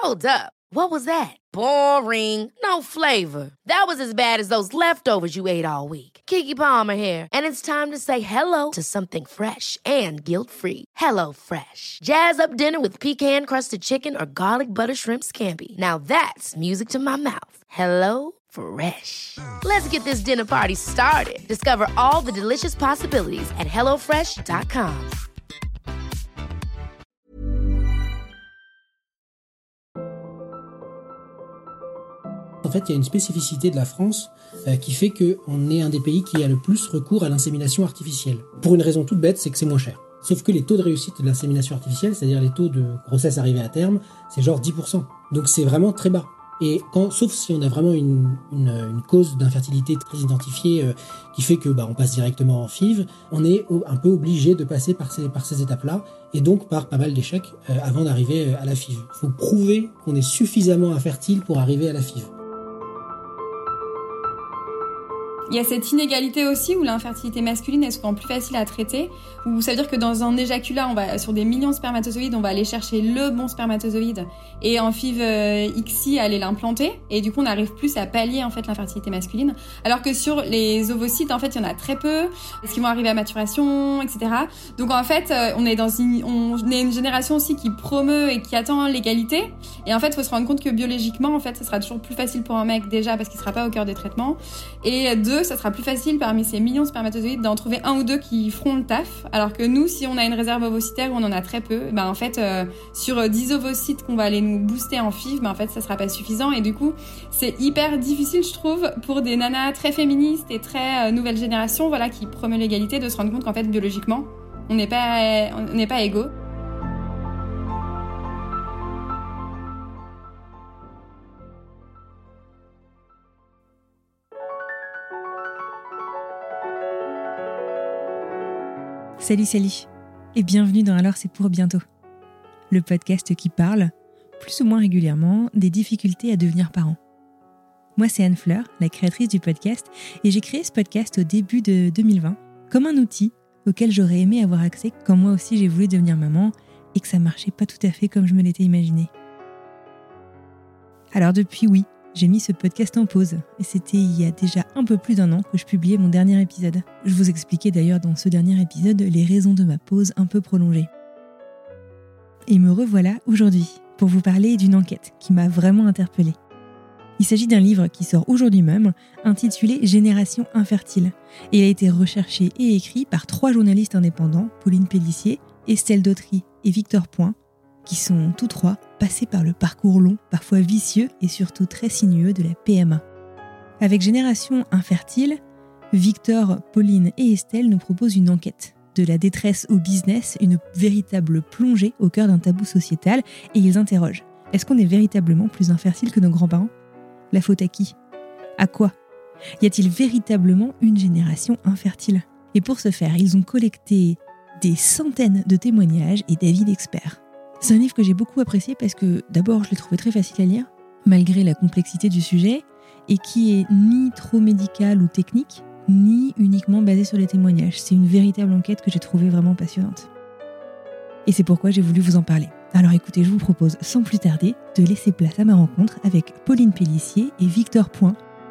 Hold up. What was that? Boring. No flavor. That was as bad as those leftovers you ate all week. Keke Palmer here. And it's time to say hello to something fresh and guilt-free. Hello Fresh. Jazz up dinner with pecan-crusted chicken or garlic butter shrimp scampi. Now that's music to my mouth. Hello Fresh. Let's get this dinner party started. Discover all the delicious possibilities at hellofresh.com. En fait, il y a une spécificité de la France qui fait qu'on est un des pays qui a le plus recours à l'insémination artificielle. Pour une raison toute bête, c'est que c'est moins cher. Sauf que les taux de réussite de l'insémination artificielle, c'est-à-dire les taux de grossesse arrivée à terme, c'est genre 10%. Donc c'est vraiment très bas. Et sauf si on a vraiment une cause d'infertilité très identifiée qui fait que on passe directement en FIV, on est un peu obligé de passer par ces étapes-là et donc par pas mal d'échecs avant d'arriver à la FIV. Il faut prouver qu'on est suffisamment infertile pour arriver à la FIV. Il y a cette inégalité aussi où l'infertilité masculine est souvent plus facile à traiter, où ça veut dire que dans un éjaculat, on va sur des millions de spermatozoïdes, on va aller chercher le bon spermatozoïde et en FIV ICSI aller l'implanter, et du coup on arrive plus à pallier en fait l'infertilité masculine, alors que sur les ovocytes en fait il y en a très peu, est-ce qu'ils vont arriver à maturation, etc. Donc en fait on est une génération aussi qui promeut et qui attend l'égalité, et en fait il faut se rendre compte que biologiquement en fait ça sera toujours plus facile pour un mec déjà parce qu'il sera pas au cœur des traitements, et deux, ça sera plus facile parmi ces millions de spermatozoïdes d'en trouver un ou deux qui feront le taf, alors que nous, si on a une réserve ovocytaire où on en a très peu, en fait, sur 10 ovocytes qu'on va aller nous booster en FIV, en fait, ça sera pas suffisant, et du coup, c'est hyper difficile, je trouve, pour des nanas très féministes et très nouvelle génération, voilà, qui promeut l'égalité, de se rendre compte qu'en fait, biologiquement, on n'est pas égaux. Salut et bienvenue dans Alors c'est pour bientôt, le podcast qui parle, plus ou moins régulièrement, des difficultés à devenir parent. Moi c'est Anne Fleur, la créatrice du podcast, et j'ai créé ce podcast au début de 2020 comme un outil auquel j'aurais aimé avoir accès quand moi aussi j'ai voulu devenir maman et que ça marchait pas tout à fait comme je me l'étais imaginé. Alors depuis, oui, j'ai mis ce podcast en pause, et c'était il y a déjà un peu plus d'1 an que je publiais mon dernier épisode. Je vous expliquais d'ailleurs dans ce dernier épisode les raisons de ma pause un peu prolongée. Et me revoilà aujourd'hui pour vous parler d'une enquête qui m'a vraiment interpellée. Il s'agit d'un livre qui sort aujourd'hui même, intitulé « Génération infertile », et il a été recherché et écrit par 3 journalistes indépendants, Pauline Pélissier, Estelle Dautry et Victor Point, qui sont tous 3 passés par le parcours long, parfois vicieux et surtout très sinueux de la PMA. Avec Génération infertile, Victor, Pauline et Estelle nous proposent une enquête. De la détresse au business, une véritable plongée au cœur d'un tabou sociétal, et ils interrogent. Est-ce qu'on est véritablement plus infertile que nos grands-parents ? La faute à qui ? À quoi ? Y a-t-il véritablement une génération infertile ? Et pour ce faire, ils ont collecté des centaines de témoignages et d'avis d'experts. C'est un livre que j'ai beaucoup apprécié parce que d'abord je l'ai trouvé très facile à lire, malgré la complexité du sujet, et qui est ni trop médical ou technique, ni uniquement basé sur les témoignages. C'est une véritable enquête que j'ai trouvée vraiment passionnante. Et c'est pourquoi j'ai voulu vous en parler. Alors écoutez, je vous propose sans plus tarder de laisser place à ma rencontre avec Pauline Pélissier et Victor Point.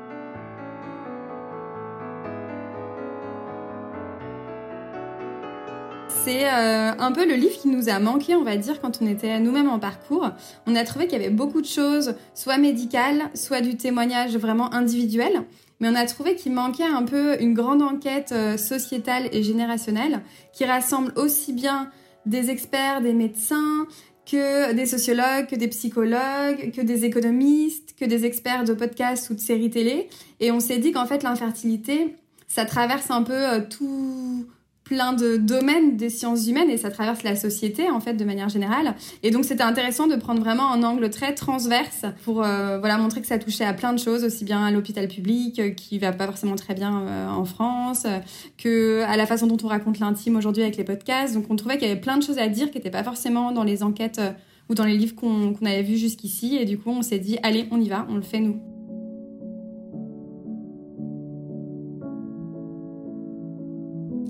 C'est un peu le livre qui nous a manqué, on va dire, quand on était nous-mêmes en parcours. On a trouvé qu'il y avait beaucoup de choses, soit médicales, soit du témoignage vraiment individuel. Mais on a trouvé qu'il manquait un peu une grande enquête sociétale et générationnelle qui rassemble aussi bien des experts, des médecins, que des sociologues, que des psychologues, que des économistes, que des experts de podcasts ou de séries télé. Et on s'est dit qu'en fait, l'infertilité, ça traverse un peu tout plein de domaines des sciences humaines et ça traverse la société en fait de manière générale, et donc c'était intéressant de prendre vraiment un angle très transverse pour montrer que ça touchait à plein de choses, aussi bien à l'hôpital public qui va pas forcément très bien en France, que à la façon dont on raconte l'intime aujourd'hui avec les podcasts. Donc on trouvait qu'il y avait plein de choses à dire qui n'étaient pas forcément dans les enquêtes ou dans les livres qu'on avait vus jusqu'ici, et du coup on s'est dit allez, on y va, on le fait nous.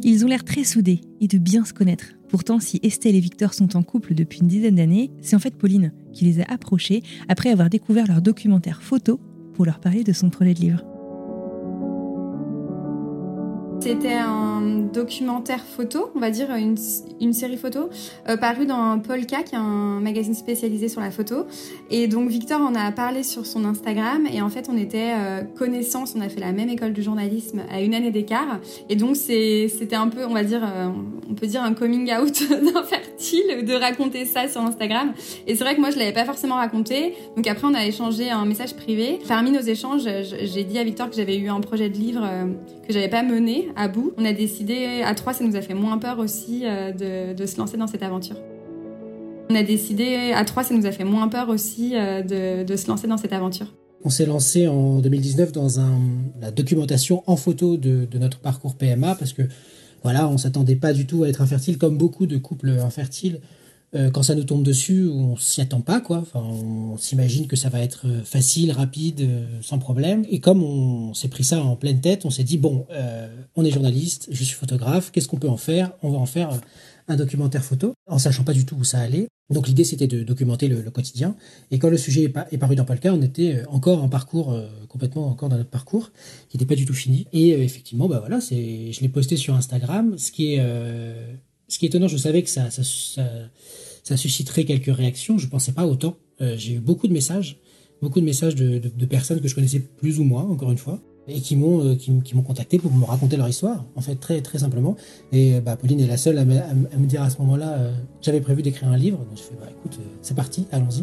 Ils ont l'air très soudés et de bien se connaître. Pourtant, si Estelle et Victor sont en couple depuis une dizaine d'années, c'est en fait Pauline qui les a approchés après avoir découvert leur documentaire photo pour leur parler de son projet de livre. C'était un documentaire photo, on va dire une série photo, parue dans Polka, qui est un magazine spécialisé sur la photo. Et donc Victor en a parlé sur son Instagram, et en fait on était connaissances, on a fait la même école de journalisme à une année d'écart. Et donc c'était un peu, on va dire, on peut dire un coming out d'infertile, de raconter ça sur Instagram. Et c'est vrai que moi je l'avais pas forcément raconté, donc après on a échangé un message privé. Parmi nos échanges, j'ai dit à Victor que j'avais eu un projet de livre que j'avais pas mené à bout. On a décidé, à 3, ça nous a fait moins peur aussi de se lancer dans cette aventure. On se lancer dans cette aventure. On s'est lancé en 2019 dans la documentation en photo de notre parcours PMA parce que voilà, on s'attendait pas du tout à être infertile comme beaucoup de couples infertiles. Quand ça nous tombe dessus, on s'y attend pas, quoi. Enfin, on s'imagine que ça va être facile, rapide, sans problème. Et comme on s'est pris ça en pleine tête, on s'est dit bon, on est journaliste, je suis photographe, qu'est-ce qu'on peut en faire ? On va en faire un documentaire photo, en sachant pas du tout où ça allait. Donc l'idée c'était de documenter le quotidien. Et quand le sujet est paru dans Polka, on était encore en parcours, complètement encore dans notre parcours, qui n'était pas du tout fini. Et effectivement, bah voilà, je l'ai posté sur Instagram. Ce qui est étonnant, je savais que ça susciterait quelques réactions. Je pensais pas autant. J'ai eu beaucoup de messages de personnes que je connaissais plus ou moins, encore une fois, et qui m'ont contacté pour me raconter leur histoire, en fait, très très simplement. Et Pauline est la seule à me dire à ce moment-là, j'avais prévu d'écrire un livre. Donc je fais écoute, c'est parti, allons-y.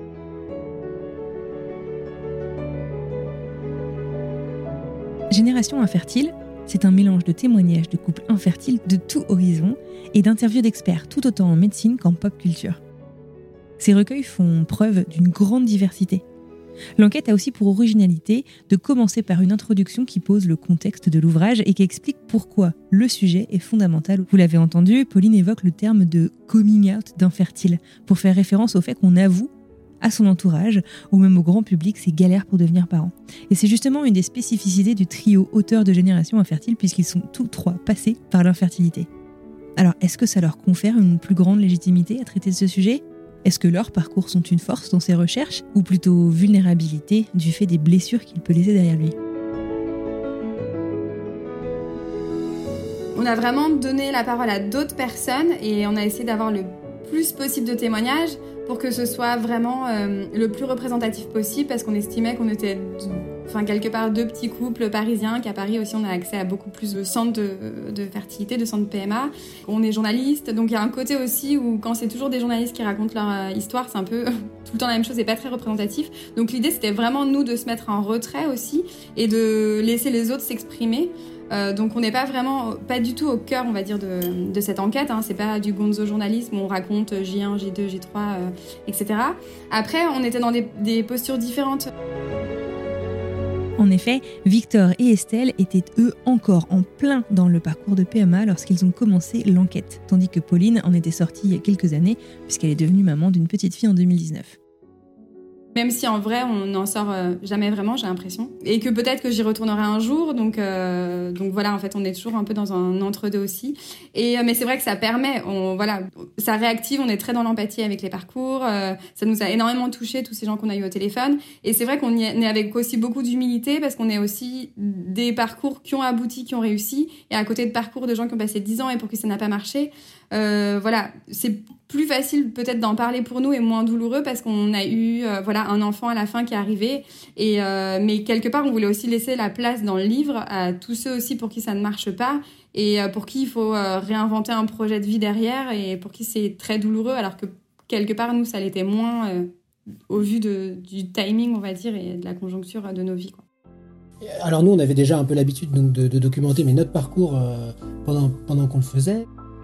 Génération infertile, c'est un mélange de témoignages de couples infertiles de tout horizon et d'interviews d'experts tout autant en médecine qu'en pop culture. Ces recueils font preuve d'une grande diversité. L'enquête a aussi pour originalité de commencer par une introduction qui pose le contexte de l'ouvrage et qui explique pourquoi le sujet est fondamental. Vous l'avez entendu, Pauline évoque le terme de « coming out » d'infertile pour faire référence au fait qu'on avoue à son entourage ou même au grand public ses galères pour devenir parent. Et c'est justement une des spécificités du trio auteur de Génération infertile puisqu'ils sont tous trois passés par l'infertilité. Alors, est-ce que ça leur confère une plus grande légitimité à traiter de ce sujet ? Est-ce que leurs parcours sont une force dans ces recherches ou plutôt vulnérabilité du fait des blessures qu'il peut laisser derrière lui ? On a vraiment donné la parole à d'autres personnes et on a essayé d'avoir le plus possible de témoignages pour que ce soit vraiment le plus représentatif possible parce qu'on estimait qu'on était quelque part deux petits couples parisiens, qu'à Paris aussi on a accès à beaucoup plus de centres de fertilité, de centres PMA. On est journaliste, donc il y a un côté aussi où quand c'est toujours des journalistes qui racontent leur histoire, c'est un peu tout le temps la même chose et pas très représentatif. Donc l'idée c'était vraiment nous de se mettre en retrait aussi et de laisser les autres s'exprimer. Donc on n'est pas du tout au cœur, on va dire, de cette enquête. C'est pas du gonzo journalisme où on raconte J1, J2, J3, etc. Après, on était dans des postures différentes. En effet, Victor et Estelle étaient eux encore en plein dans le parcours de PMA lorsqu'ils ont commencé l'enquête, tandis que Pauline en était sortie il y a quelques années puisqu'elle est devenue maman d'une petite fille en 2019. Même si en vrai, on n'en sort jamais vraiment, j'ai l'impression. Et que peut-être que j'y retournerai un jour. Donc voilà, en fait, on est toujours un peu dans un entre-deux aussi. Mais c'est vrai que ça permet, ça réactive, on est très dans l'empathie avec les parcours. Ça nous a énormément touchés, tous ces gens qu'on a eu au téléphone. Et c'est vrai qu'on est avec aussi beaucoup d'humilité parce qu'on est aussi des parcours qui ont abouti, qui ont réussi. Et à côté de parcours de gens qui ont passé 10 ans et pour qui ça n'a pas marché. C'est plus facile peut-être d'en parler pour nous et moins douloureux parce qu'on a eu un enfant à la fin qui est arrivé mais quelque part on voulait aussi laisser la place dans le livre à tous ceux aussi pour qui ça ne marche pas et pour qui il faut réinventer un projet de vie derrière et pour qui c'est très douloureux alors que quelque part nous ça l'était moins au vu du timing on va dire et de la conjoncture de nos vies quoi. Alors nous on avait déjà un peu l'habitude donc, de documenter mais notre parcours pendant qu'on le faisait.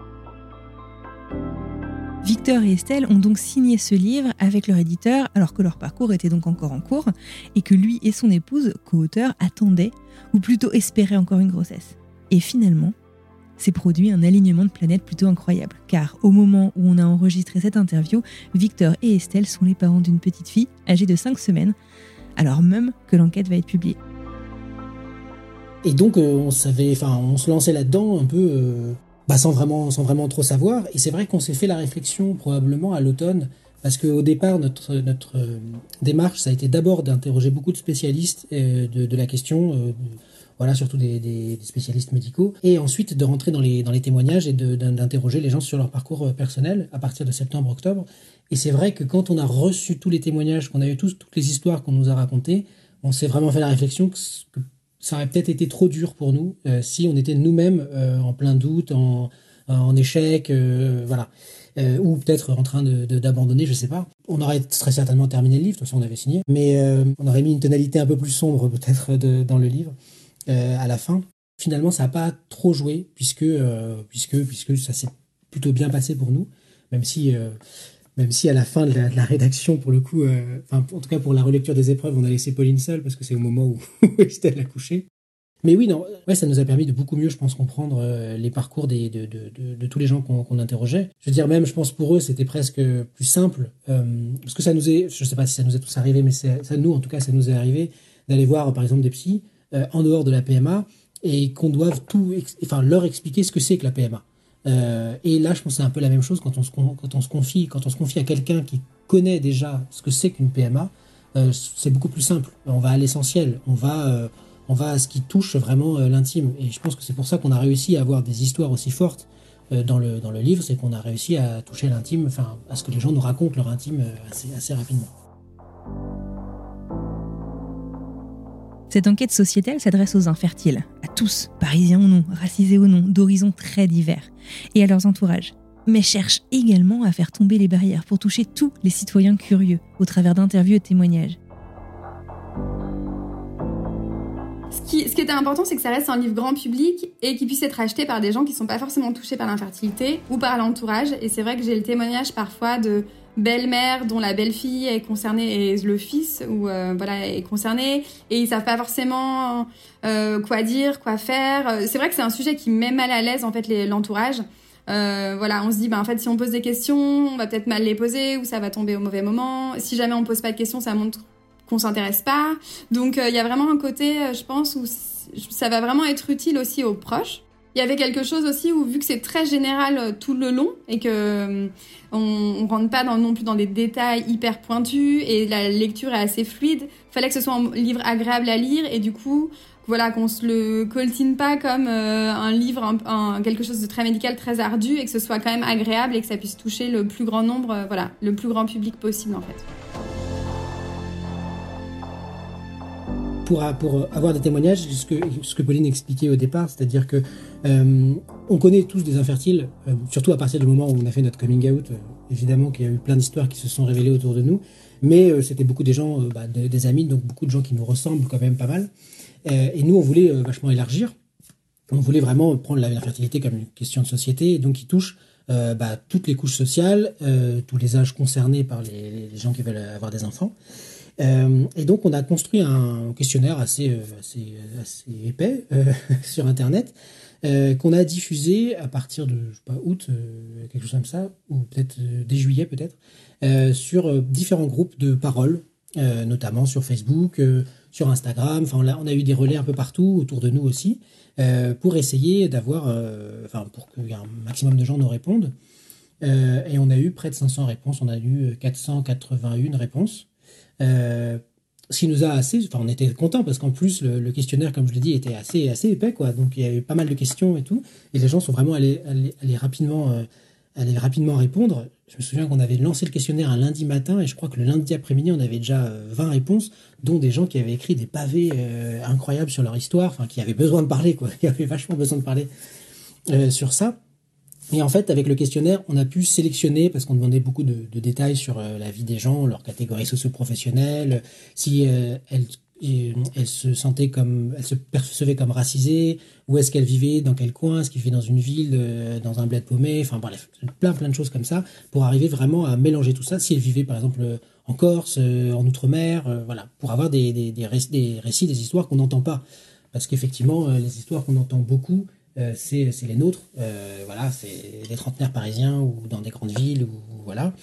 Victor et Estelle ont donc signé ce livre avec leur éditeur alors que leur parcours était donc encore en cours et que lui et son épouse, co-auteur, attendaient ou plutôt espéraient encore une grossesse. Et finalement, s'est produit un alignement de planètes plutôt incroyable car au moment où on a enregistré cette interview, Victor et Estelle sont les parents d'une petite fille âgée de 5 semaines alors même que l'enquête va être publiée. Et donc on se lançait là-dedans un peu sans vraiment trop savoir. Et c'est vrai qu'on s'est fait la réflexion probablement à l'automne, parce qu'au départ notre démarche, ça a été d'abord d'interroger beaucoup de spécialistes de la question, surtout des spécialistes médicaux, et ensuite de rentrer dans les témoignages et d'interroger les gens sur leur parcours personnel à partir de septembre-octobre. Et c'est vrai que quand on a reçu tous les témoignages, qu'on a eu toutes les histoires qu'on nous a racontées, on s'est vraiment fait la réflexion que ça aurait peut-être été trop dur pour nous si on était nous-mêmes en plein doute, en échec, ou peut-être en train d'abandonner, je sais pas. On aurait très certainement terminé le livre, de toute façon on avait signé, mais on aurait mis une tonalité un peu plus sombre peut-être dans le livre à la fin. Finalement, ça n'a pas trop joué puisque ça s'est plutôt bien passé pour nous, même si à la fin de la rédaction, pour le coup, en tout cas pour la relecture des épreuves, on a laissé Pauline seule parce que c'est au moment où Estelle a couché. Mais oui, ça nous a permis de beaucoup mieux, je pense, comprendre les parcours de tous les gens qu'on interrogeait. Je veux dire, même, je pense, pour eux, c'était presque plus simple, parce que je sais pas si ça nous est tous arrivé, mais nous, en tout cas, ça nous est arrivé d'aller voir, par exemple, des psys en dehors de la PMA et qu'on doive leur expliquer ce que c'est que la PMA. Et là, je pense que c'est un peu la même chose quand on se confie à quelqu'un qui connaît déjà ce que c'est qu'une PMA. C'est beaucoup plus simple. On va à l'essentiel. On va à ce qui touche vraiment l'intime. Et je pense que c'est pour ça qu'on a réussi à avoir des histoires aussi fortes dans le livre, c'est qu'on a réussi à toucher l'intime, à ce que les gens nous racontent leur intime assez rapidement. Cette enquête sociétale s'adresse aux infertiles, à tous, parisiens ou non, racisés ou non, d'horizons très divers, et à leurs entourages, mais cherche également à faire tomber les barrières pour toucher tous les citoyens curieux, au travers d'interviews et de témoignages. Ce qui était important, c'est que ça reste un livre grand public et qui puisse être acheté par des gens qui ne sont pas forcément touchés par l'infertilité ou par l'entourage. Et c'est vrai que j'ai le témoignage parfois de belle-mère dont la belle-fille est concernée et le fils est concerné et ils savent pas forcément quoi dire, quoi faire. C'est vrai que c'est un sujet qui met mal à l'aise en fait l'entourage. On se dit en fait si on pose des questions, on va peut-être mal les poser ou ça va tomber au mauvais moment. Si jamais on pose pas de questions, ça montre qu'on s'intéresse pas. Donc il y a vraiment un côté, je pense, où ça va vraiment être utile aussi aux proches. Il y avait quelque chose aussi où, vu que c'est très général tout le long et que on rentre pas non plus dans des détails hyper pointus et la lecture est assez fluide, fallait que ce soit un livre agréable à lire et du coup, qu'on se le coltine pas comme un livre, quelque chose de très médical, très ardu et que ce soit quand même agréable et que ça puisse toucher le plus grand nombre, le plus grand public possible en fait. Pour avoir des témoignages, ce que Pauline expliquait au départ, c'est-à-dire que on connaît tous des infertiles, surtout à partir du moment où on a fait notre coming out, évidemment qu'il y a eu plein d'histoires qui se sont révélées autour de nous, mais c'était beaucoup des gens, des amis, donc beaucoup de gens qui nous ressemblent quand même pas mal. Et nous, on voulait vachement élargir, on voulait vraiment prendre l'infertilité comme une question de société, et donc qui touche toutes les couches sociales, tous les âges concernés par les gens qui veulent avoir des enfants. Et donc on a construit un questionnaire assez épais sur internet qu'on a diffusé à partir de août, quelque chose comme ça, ou peut-être dès juillet peut-être, sur différents groupes de parole, notamment sur Facebook, sur Instagram. On a eu des relais un peu partout autour de nous aussi, pour essayer d'avoir, pour qu'il y ait un maximum de gens nous répondent. Et on a eu près de 500 réponses, on a eu 481 réponses. Ce qui nous a on était contents parce qu'en plus le questionnaire, comme je l'ai dit, était assez épais, quoi. Donc il y avait pas mal de questions et tout, et les gens sont vraiment allés rapidement répondre. Je me souviens qu'on avait lancé le questionnaire un lundi matin et je crois que le lundi après-midi on avait déjà 20 réponses, dont des gens qui avaient écrit des pavés incroyables sur leur histoire, qui avaient besoin de parler, quoi, qui avaient vachement besoin de parler sur ça. Et en fait, avec le questionnaire, on a pu sélectionner, parce qu'on demandait beaucoup de détails sur la vie des gens, leur catégorie socio-professionnelle, si elle se percevait comme racisée, où est-ce qu'elle vivait, dans quel coin, est-ce qu'elle vivait dans une ville, dans un bled paumé, bref, plein de choses comme ça, pour arriver vraiment à mélanger tout ça, si elle vivait par exemple en Corse, en Outre-mer, pour avoir des récits, des histoires qu'on n'entend pas. Parce qu'effectivement, les histoires qu'on entend beaucoup, c'est les nôtres, c'est les trentenaires parisiens ou dans des grandes villes,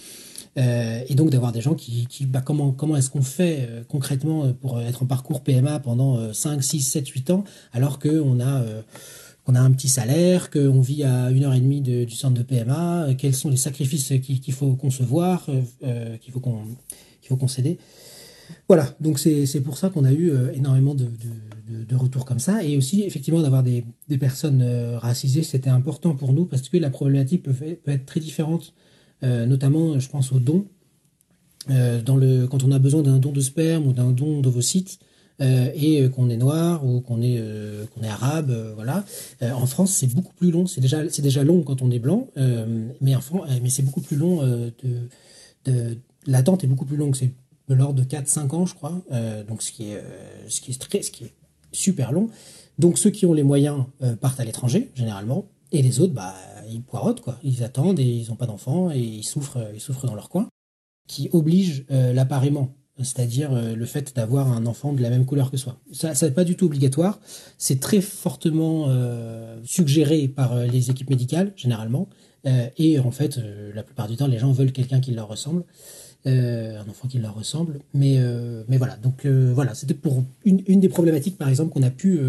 Et donc d'avoir des gens qui comment est-ce qu'on fait concrètement pour être en parcours PMA pendant 5, 6, 7, 8 ans, alors qu'on a un petit salaire, qu'on vit à 1h30 du centre de PMA, quels sont les sacrifices qu'il faut concevoir, qu'il faut concéder. Voilà, donc c'est pour ça qu'on a eu énormément de retours comme ça. Et aussi, effectivement, d'avoir des personnes racisées, c'était important pour nous parce que la problématique peut être très différente, notamment, je pense, aux dons. Quand on a besoin d'un don de sperme ou d'un don d'ovocytes, et qu'on est noir ou qu'on est arabe, voilà. En France, c'est beaucoup plus long. C'est déjà long quand on est blanc, mais c'est beaucoup plus long. L'attente est beaucoup plus longue. C'est de l'ordre de 4-5 ans, je crois. Donc ce qui est super long. Donc ceux qui ont les moyens partent à l'étranger généralement, et les autres, ils poireautent, quoi. Ils attendent et ils n'ont pas d'enfants et ils souffrent dans leur coin, qui oblige l'appariement. C'est-à-dire le fait d'avoir un enfant de la même couleur que soi. Ça n'est pas du tout obligatoire. C'est très fortement suggéré par les équipes médicales, généralement. Et en fait, la plupart du temps, les gens veulent quelqu'un qui leur ressemble. Un enfant qui leur ressemble. Mais voilà. Donc voilà, c'était pour une des problématiques, par exemple, qu'on a pu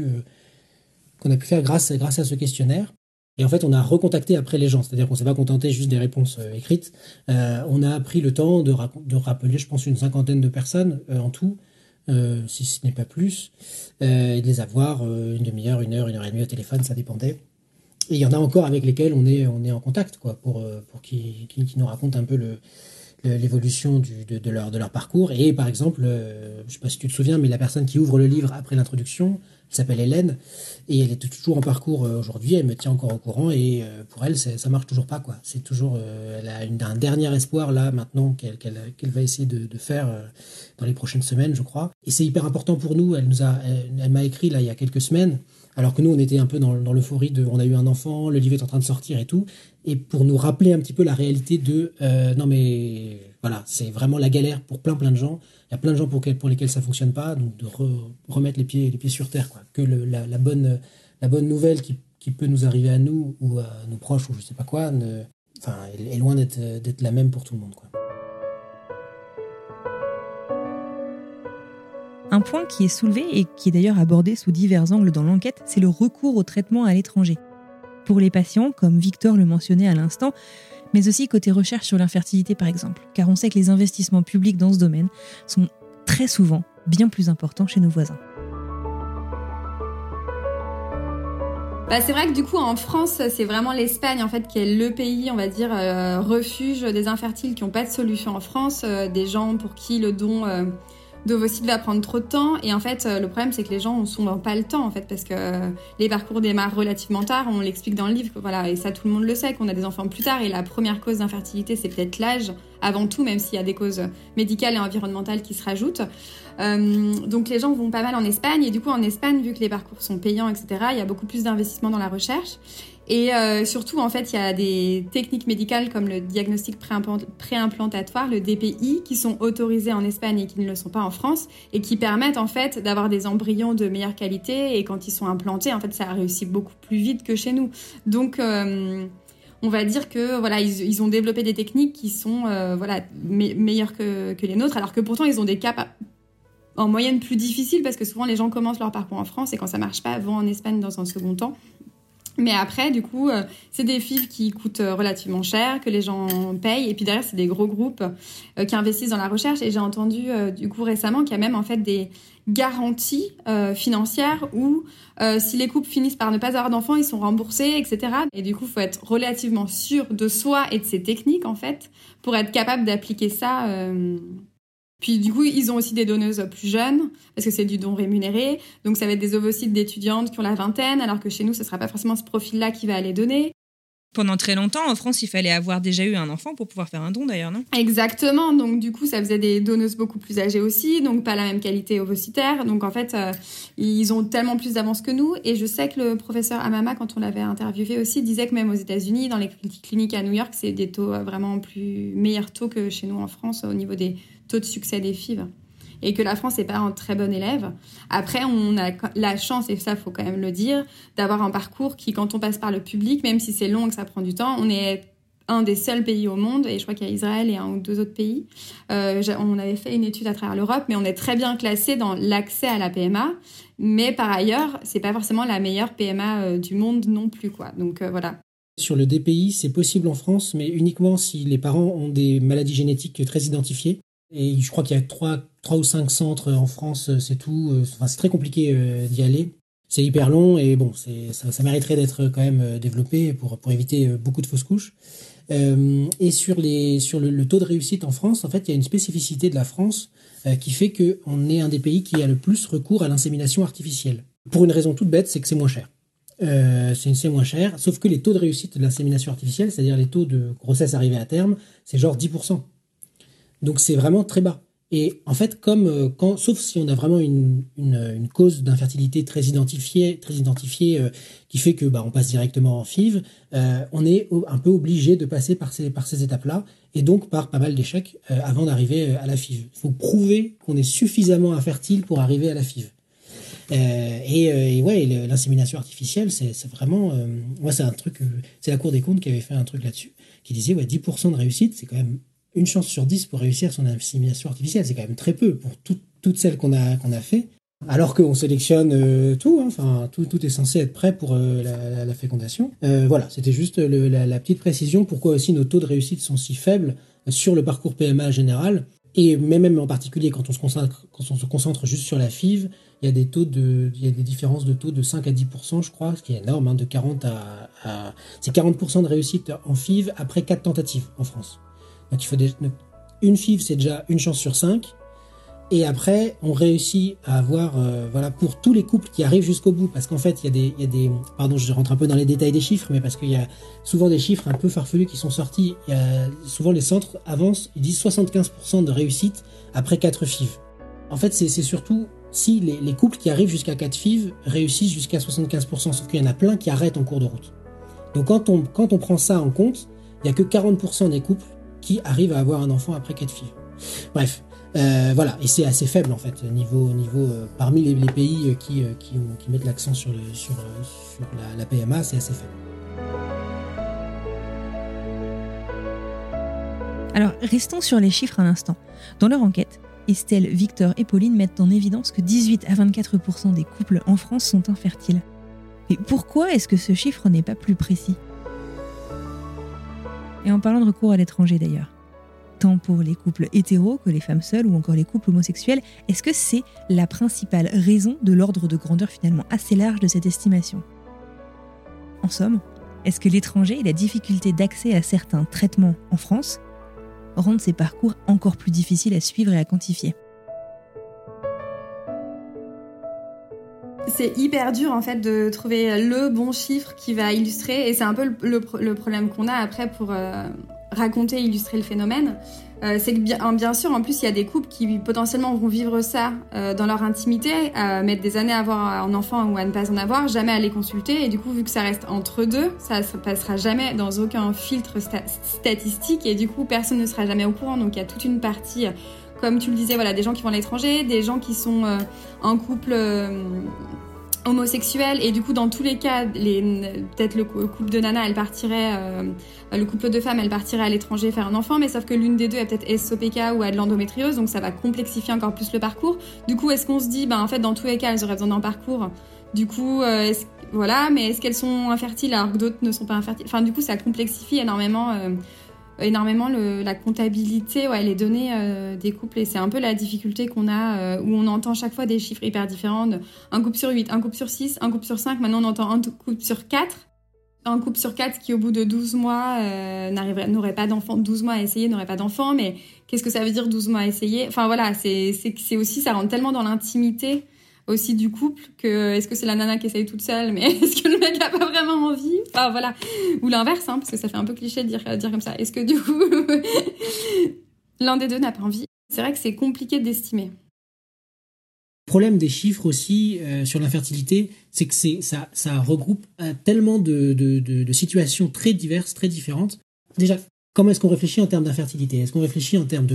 faire grâce à ce questionnaire. Et en fait, on a recontacté après les gens, c'est-à-dire qu'on ne s'est pas contenté juste des réponses écrites. On a pris le temps de rappeler, je pense, une 50aine de personnes en tout, si ce n'est pas plus, et de les avoir une demi-heure, 1 heure et demie au téléphone, ça dépendait. Et il y en a encore avec lesquels on est en contact, quoi, pour qu'ils nous racontent un peu l'évolution de leur parcours. Et par exemple, je ne sais pas si tu te souviens, mais la personne qui ouvre le livre après l'introduction, elle s'appelle Hélène, et elle est toujours en parcours aujourd'hui, elle me tient encore au courant, et pour elle, ça marche toujours pas, quoi. C'est toujours, elle a un dernier espoir, là, maintenant, qu'elle va essayer de faire dans les prochaines semaines, je crois. Et c'est hyper important pour nous, elle m'a écrit, là, il y a quelques semaines, alors que nous, on était un peu dans l'euphorie on a eu un enfant, le livre est en train de sortir et tout, et pour nous rappeler un petit peu la réalité non mais, voilà, c'est vraiment la galère pour plein de gens. Il y a plein de gens pour lesquels ça fonctionne pas, donc de remettre les pieds sur terre, quoi. Que la bonne nouvelle qui peut nous arriver à nous ou à nos proches ou je sais pas quoi, est loin d'être la même pour tout le monde, quoi. Un point qui est soulevé et qui est d'ailleurs abordé sous divers angles dans l'enquête, c'est le recours au traitement à l'étranger. Pour les patients, comme Victor le mentionnait à l'instant, mais aussi côté recherche sur l'infertilité par exemple, car on sait que les investissements publics dans ce domaine sont très souvent bien plus importants chez nos voisins. C'est vrai que du coup en France, c'est vraiment l'Espagne en fait qui est le pays, on va dire, refuge des infertiles qui n'ont pas de solution en France, des gens pour qui le don d'ovocytes va prendre trop de temps. Et en fait, le problème, c'est que les gens n'ont souvent pas le temps, en fait, parce que les parcours démarrent relativement tard. On l'explique dans le livre, voilà, et ça, tout le monde le sait, qu'on a des enfants plus tard. Et la première cause d'infertilité, c'est peut-être l'âge, avant tout, même s'il y a des causes médicales et environnementales qui se rajoutent. Donc, les gens vont pas mal en Espagne. Et du coup, en Espagne, vu que les parcours sont payants, etc., il y a beaucoup plus d'investissement dans la recherche. Et surtout, en fait, il y a des techniques médicales comme le diagnostic préimplantatoire, le DPI, qui sont autorisées en Espagne et qui ne le sont pas en France, et qui permettent, en fait, d'avoir des embryons de meilleure qualité. Et quand ils sont implantés, en fait, ça réussit beaucoup plus vite que chez nous. Donc, on va dire que, voilà, ils ont développé des techniques qui sont, meilleures que les nôtres, alors que pourtant, ils ont des cas en moyenne plus difficiles, parce que souvent, les gens commencent leur parcours en France, et quand ça marche pas, vont en Espagne dans un second temps. Mais après, du coup, c'est des FIV qui coûtent relativement cher, que les gens payent. Et puis derrière, c'est des gros groupes qui investissent dans la recherche. Et j'ai entendu, du coup, récemment qu'il y a même en fait des garanties financières où si les couples finissent par ne pas avoir d'enfants, ils sont remboursés, etc. Et du coup, il faut être relativement sûr de soi et de ses techniques, en fait, pour être capable d'appliquer ça. Puis du coup, ils ont aussi des donneuses plus jeunes, parce que c'est du don rémunéré. Donc ça va être des ovocytes d'étudiantes qui ont la vingtaine, alors que chez nous, ce ne sera pas forcément ce profil-là qui va les donner. Pendant très longtemps, en France, il fallait avoir déjà eu un enfant pour pouvoir faire un don, d'ailleurs, non ? Exactement. Donc du coup, ça faisait des donneuses beaucoup plus âgées aussi, donc pas la même qualité ovocytaire. Donc en fait, ils ont tellement plus d'avance que nous. Et je sais que le professeur Amama, quand on l'avait interviewé aussi, disait que même aux États-Unis, dans les cliniques à New York, c'est des taux vraiment meilleurs taux que chez nous en France au niveau des taux de succès des FIV, et que la France n'est pas un très bon élève. Après, on a la chance, et ça, il faut quand même le dire, d'avoir un parcours qui, quand on passe par le public, même si c'est long et que ça prend du temps, on est un des seuls pays au monde, et je crois qu'il y a Israël et 1 ou 2 autres pays. On avait fait une étude à travers l'Europe, mais on est très bien classé dans l'accès à la PMA. Mais par ailleurs, c'est pas forcément la meilleure PMA du monde non plus, quoi. Donc voilà. Sur le DPI, c'est possible en France, mais uniquement si les parents ont des maladies génétiques très identifiées. Et je crois qu'il y a 3 ou 5 centres en France, c'est tout. Enfin, c'est très compliqué d'y aller. C'est hyper long et bon, ça mériterait d'être quand même développé pour éviter beaucoup de fausses couches. Et sur le taux de réussite en France, en fait, il y a une spécificité de la France qui fait que on est un des pays qui a le plus recours à l'insémination artificielle. Pour une raison toute bête, c'est que c'est moins cher. C'est moins cher, sauf que les taux de réussite de l'insémination artificielle, c'est-à-dire les taux de grossesse arrivée à terme, c'est genre 10%. Donc c'est vraiment très bas. Et en fait, sauf si on a vraiment une cause d'infertilité très identifiée, qui fait que on passe directement en FIV, on est un peu obligé de passer par ces étapes-là, et donc par pas mal d'échecs avant d'arriver à la FIV. Il faut prouver qu'on est suffisamment infertile pour arriver à la FIV. L'insémination artificielle, c'est vraiment, moi c'est un truc, c'est la Cour des comptes qui avait fait un truc là-dessus, qui disait 10% de réussite, c'est quand même une chance sur 10 pour réussir son insémination artificielle, c'est quand même très peu pour toutes celles qu'on a fait, alors qu'on sélectionne tout, enfin tout est censé être prêt pour la fécondation. Voilà, c'était juste la petite précision, pourquoi aussi nos taux de réussite sont si faibles sur le parcours PMA général, et même en particulier quand on se concentre juste sur la FIV, il y a des différences de taux de 5 à 10%, je crois, ce qui est énorme, de 40 à c'est 40% de réussite en FIV après 4 tentatives en France. Donc il faut une FIV, c'est déjà une chance sur 5. Et après, on réussit à avoir, pour tous les couples qui arrivent jusqu'au bout, parce qu'en fait, il y a des, pardon, je rentre un peu dans les détails des chiffres, mais parce qu'il y a souvent des chiffres un peu farfelus qui sont sortis. Souvent les centres avancent, ils disent 75% de réussite après 4 FIV. En fait, c'est surtout si les couples qui arrivent jusqu'à 4 FIV réussissent jusqu'à 75%, sauf qu'il y en a plein qui arrêtent en cours de route. Donc quand on prend ça en compte, il y a que 40% des couples qui arrivent à avoir un enfant après 4 FIV. Bref, et c'est assez faible en fait, niveau parmi les pays qui mettent l'accent sur la PMA, c'est assez faible. Alors, restons sur les chiffres un instant. Dans leur enquête, Estelle, Victor et Pauline mettent en évidence que 18 à 24% des couples en France sont infertiles. Et pourquoi est-ce que ce chiffre n'est pas plus précis ? Et en parlant de recours à l'étranger d'ailleurs, tant pour les couples hétéros que les femmes seules ou encore les couples homosexuels, est-ce que c'est la principale raison de l'ordre de grandeur finalement assez large de cette estimation ? En somme, est-ce que l'étranger et la difficulté d'accès à certains traitements en France rendent ces parcours encore plus difficiles à suivre et à quantifier ? C'est hyper dur en fait de trouver le bon chiffre qui va illustrer, et c'est un peu le problème qu'on a après pour raconter, illustrer le phénomène. C'est que bien sûr, en plus, il y a des couples qui potentiellement vont vivre ça dans leur intimité, mettre des années à avoir un enfant ou à ne pas en avoir, jamais à les consulter, et du coup, vu que ça reste entre deux, ça ne passera jamais dans aucun filtre statistique, et du coup, personne ne sera jamais au courant. Donc il y a toute une partie, comme tu le disais, des gens qui vont à l'étranger, des gens qui sont en couple homosexuel, et du coup dans tous les cas peut-être le couple de nana le couple de femmes elle partirait à l'étranger faire un enfant, mais sauf que l'une des deux a peut-être SOPK ou a de l'endométriose, donc ça va complexifier encore plus le parcours. Du coup est-ce qu'on se dit en fait dans tous les cas elles auraient besoin d'un parcours, du coup mais est-ce qu'elles sont infertiles alors que d'autres ne sont pas infertiles, enfin du coup ça complexifie énormément la comptabilité, les données des couples, et c'est un peu la difficulté qu'on a, où on entend chaque fois des chiffres hyper différents, un couple sur 8, un couple sur 6, un couple sur 5, maintenant on entend un couple sur 4, un couple sur 4 qui au bout de 12 mois n'aurait pas d'enfant, 12 mois à essayer n'aurait pas d'enfant, mais qu'est-ce que ça veut dire 12 mois à essayer, enfin voilà, c'est aussi, ça rentre tellement dans l'intimité aussi du couple, que est-ce que c'est la nana qui essaye toute seule, mais est-ce que le mec a pas vraiment envie, enfin voilà, ou l'inverse, parce que ça fait un peu cliché de dire comme ça, est-ce que du coup l'un des deux n'a pas envie. C'est vrai que c'est compliqué d'estimer. Le problème des chiffres aussi sur l'infertilité, c'est que ça regroupe tellement de situations très diverses, très différentes. Déjà, comment est-ce qu'on réfléchit en termes d'infertilité ? Est-ce qu'on réfléchit en termes de couple ?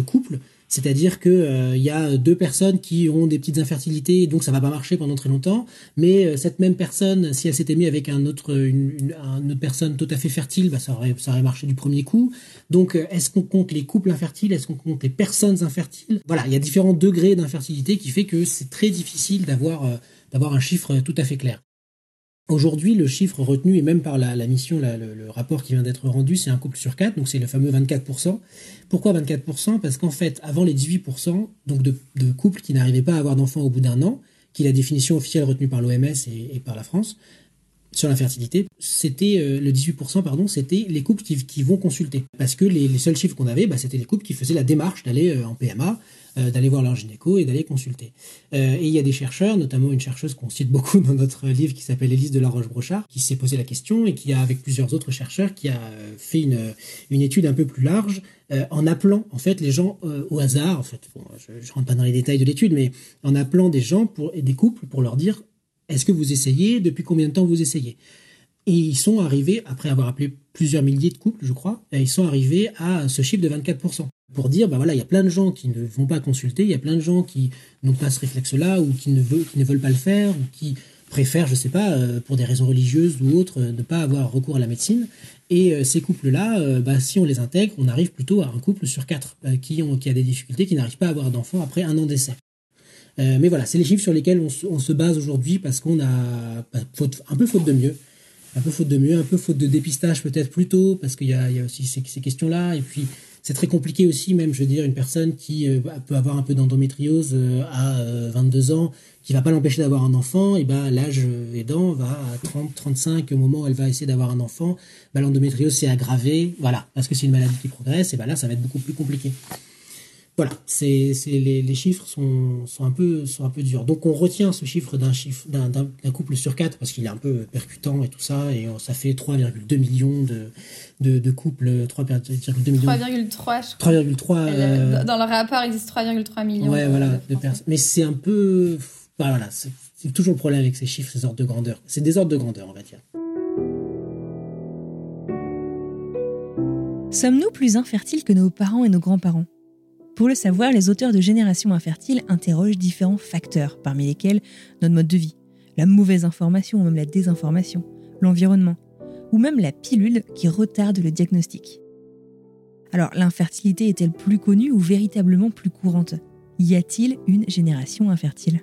C'est-à-dire que y a deux personnes qui ont des petites infertilités, donc ça va pas marcher pendant très longtemps. Mais cette même personne, si elle s'était mise avec une autre personne tout à fait fertile, ça aurait marché du premier coup. Donc est-ce qu'on compte les couples infertiles, est-ce qu'on compte les personnes infertiles? Voilà, il y a différents degrés d'infertilité qui fait que c'est très difficile d'avoir un chiffre tout à fait clair. Aujourd'hui, le chiffre retenu, et même par la mission, le rapport qui vient d'être rendu, c'est un couple sur 4, donc c'est le fameux 24%. Pourquoi 24%? Parce qu'en fait, avant les 18%, donc de couples qui n'arrivaient pas à avoir d'enfants au bout d'un an, qui est la définition officielle retenue par l'OMS et par la France, sur l'infertilité, c'était le 18%, c'était les couples qui vont consulter. Parce que les seuls chiffres qu'on avait, c'était les couples qui faisaient la démarche d'aller en PMA, d'aller voir leur gynéco et d'aller consulter. Et il y a des chercheurs, notamment une chercheuse qu'on cite beaucoup dans notre livre qui s'appelle Élise de la Roche-Brochard, qui s'est posé la question et qui a, avec plusieurs autres chercheurs, qui a fait une étude un peu plus large en appelant en fait les gens au hasard. En fait, bon, je rentre pas dans les détails de l'étude, mais en appelant des gens et des couples pour leur dire: est-ce que vous essayez? Depuis combien de temps vous essayez? Et ils sont arrivés, après avoir appelé plusieurs milliers de couples, je crois, ils sont arrivés à ce chiffre de 24%. Pour dire, il y a plein de gens qui ne vont pas consulter, il y a plein de gens qui n'ont pas ce réflexe-là, ou qui ne veulent pas le faire, ou qui préfèrent, je sais pas, pour des raisons religieuses ou autres, ne pas avoir recours à la médecine. Et ces couples-là, si on les intègre, on arrive plutôt à un couple sur 4 qui a des difficultés, qui n'arrivent pas à avoir d'enfants après un an d'essai. Mais voilà, c'est les chiffres sur lesquels on se base aujourd'hui parce qu'on a un peu faute de mieux, un peu faute de dépistage peut-être plus tôt, parce qu'il y a aussi ces questions-là. Et puis c'est très compliqué aussi, même, je veux dire, une personne qui peut avoir un peu d'endométriose à 22 ans, qui va pas l'empêcher d'avoir un enfant, et l'âge aidant va à 30, 35, au moment où elle va essayer d'avoir un enfant, l'endométriose s'est aggravée, voilà, parce que c'est une maladie qui progresse, et là ça va être beaucoup plus compliqué. Voilà, les chiffres sont un peu durs. Donc on retient ce chiffre d'un couple sur 4 parce qu'il est un peu percutant et tout ça, et ça fait 3,2 millions de couples, 3,2 millions. 3,3. Dans le rapport, il existe 3,3 millions. Ouais, de personnes. Mais c'est un peu, c'est toujours le problème avec ces chiffres, ces ordres de grandeur. C'est des ordres de grandeur, on va dire. Sommes-nous plus infertiles que nos parents et nos grands-parents? Pour le savoir, les auteurs de Génération infertile interrogent différents facteurs, parmi lesquels notre mode de vie, la mauvaise information ou même la désinformation, l'environnement, ou même la pilule qui retarde le diagnostic. Alors, l'infertilité est-elle plus connue ou véritablement plus courante? Y a-t-il une génération infertile?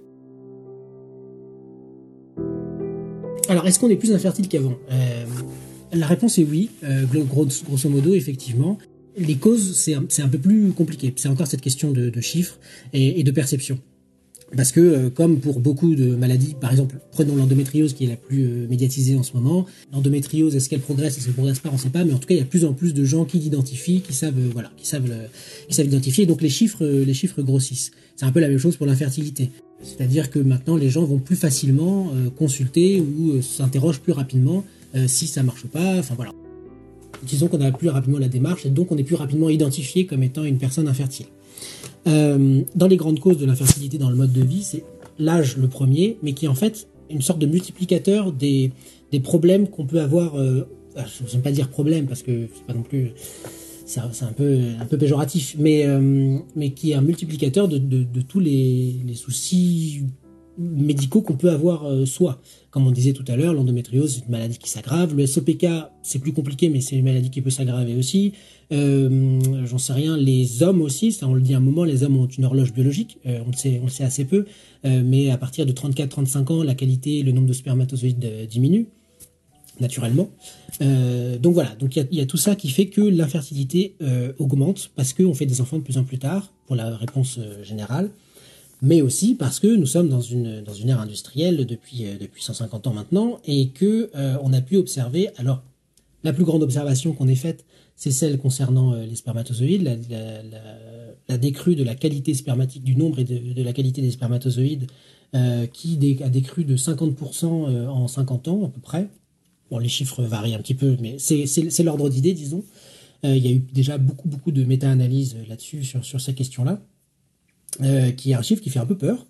Alors, est-ce qu'on est plus infertile qu'avant? La réponse est oui, grosso modo, effectivement. Les causes, c'est un peu plus compliqué. C'est encore cette question de chiffres et de perception. Parce que, comme pour beaucoup de maladies, par exemple, prenons l'endométriose qui est la plus médiatisée en ce moment. L'endométriose, est-ce qu'elle progresse, est-ce qu'elle progresse pas, on ne sait pas. Mais en tout cas, il y a de plus en plus de gens qui l'identifient, qui savent identifier. Donc les chiffres grossissent. C'est un peu la même chose pour l'infertilité. C'est-à-dire que maintenant, les gens vont plus facilement consulter ou s'interrogent plus rapidement si ça marche pas. Enfin voilà. Disons qu'on a plus rapidement la démarche et donc on est plus rapidement identifié comme étant une personne infertile. Dans les grandes causes de l'infertilité dans le mode de vie, c'est l'âge le premier, mais qui est en fait une sorte de multiplicateur des problèmes qu'on peut avoir. Je n'aime pas dire problème parce que c'est pas non plus, c'est un peu péjoratif, mais qui est un multiplicateur de tous les soucis médicaux qu'on peut avoir soi. Comme on disait tout à l'heure, l'endométriose, c'est une maladie qui s'aggrave. Le SOPK, c'est plus compliqué, mais c'est une maladie qui peut s'aggraver aussi. J'en sais rien. Les hommes aussi, ça on le dit à un moment, les hommes ont une horloge biologique. On le sait assez peu. Mais à partir de 34-35 ans, le nombre de spermatozoïdes diminue naturellement. Donc voilà. Donc il y a tout ça qui fait que l'infertilité augmente parce qu'on fait des enfants de plus en plus tard, pour la réponse générale. Mais aussi parce que nous sommes dans une ère industrielle depuis 150 ans maintenant et que on a pu observer. Alors, la plus grande observation qu'on ait faite, c'est celle concernant les spermatozoïdes, la décrue de la qualité spermatique, du nombre et de la qualité des spermatozoïdes qui a décru de 50% en 50 ans à peu près. Bon, les chiffres varient un petit peu, mais c'est l'ordre d'idée, disons. Il y a eu déjà beaucoup de méta-analyses là-dessus sur ces questions-là. Qui est un chiffre qui fait un peu peur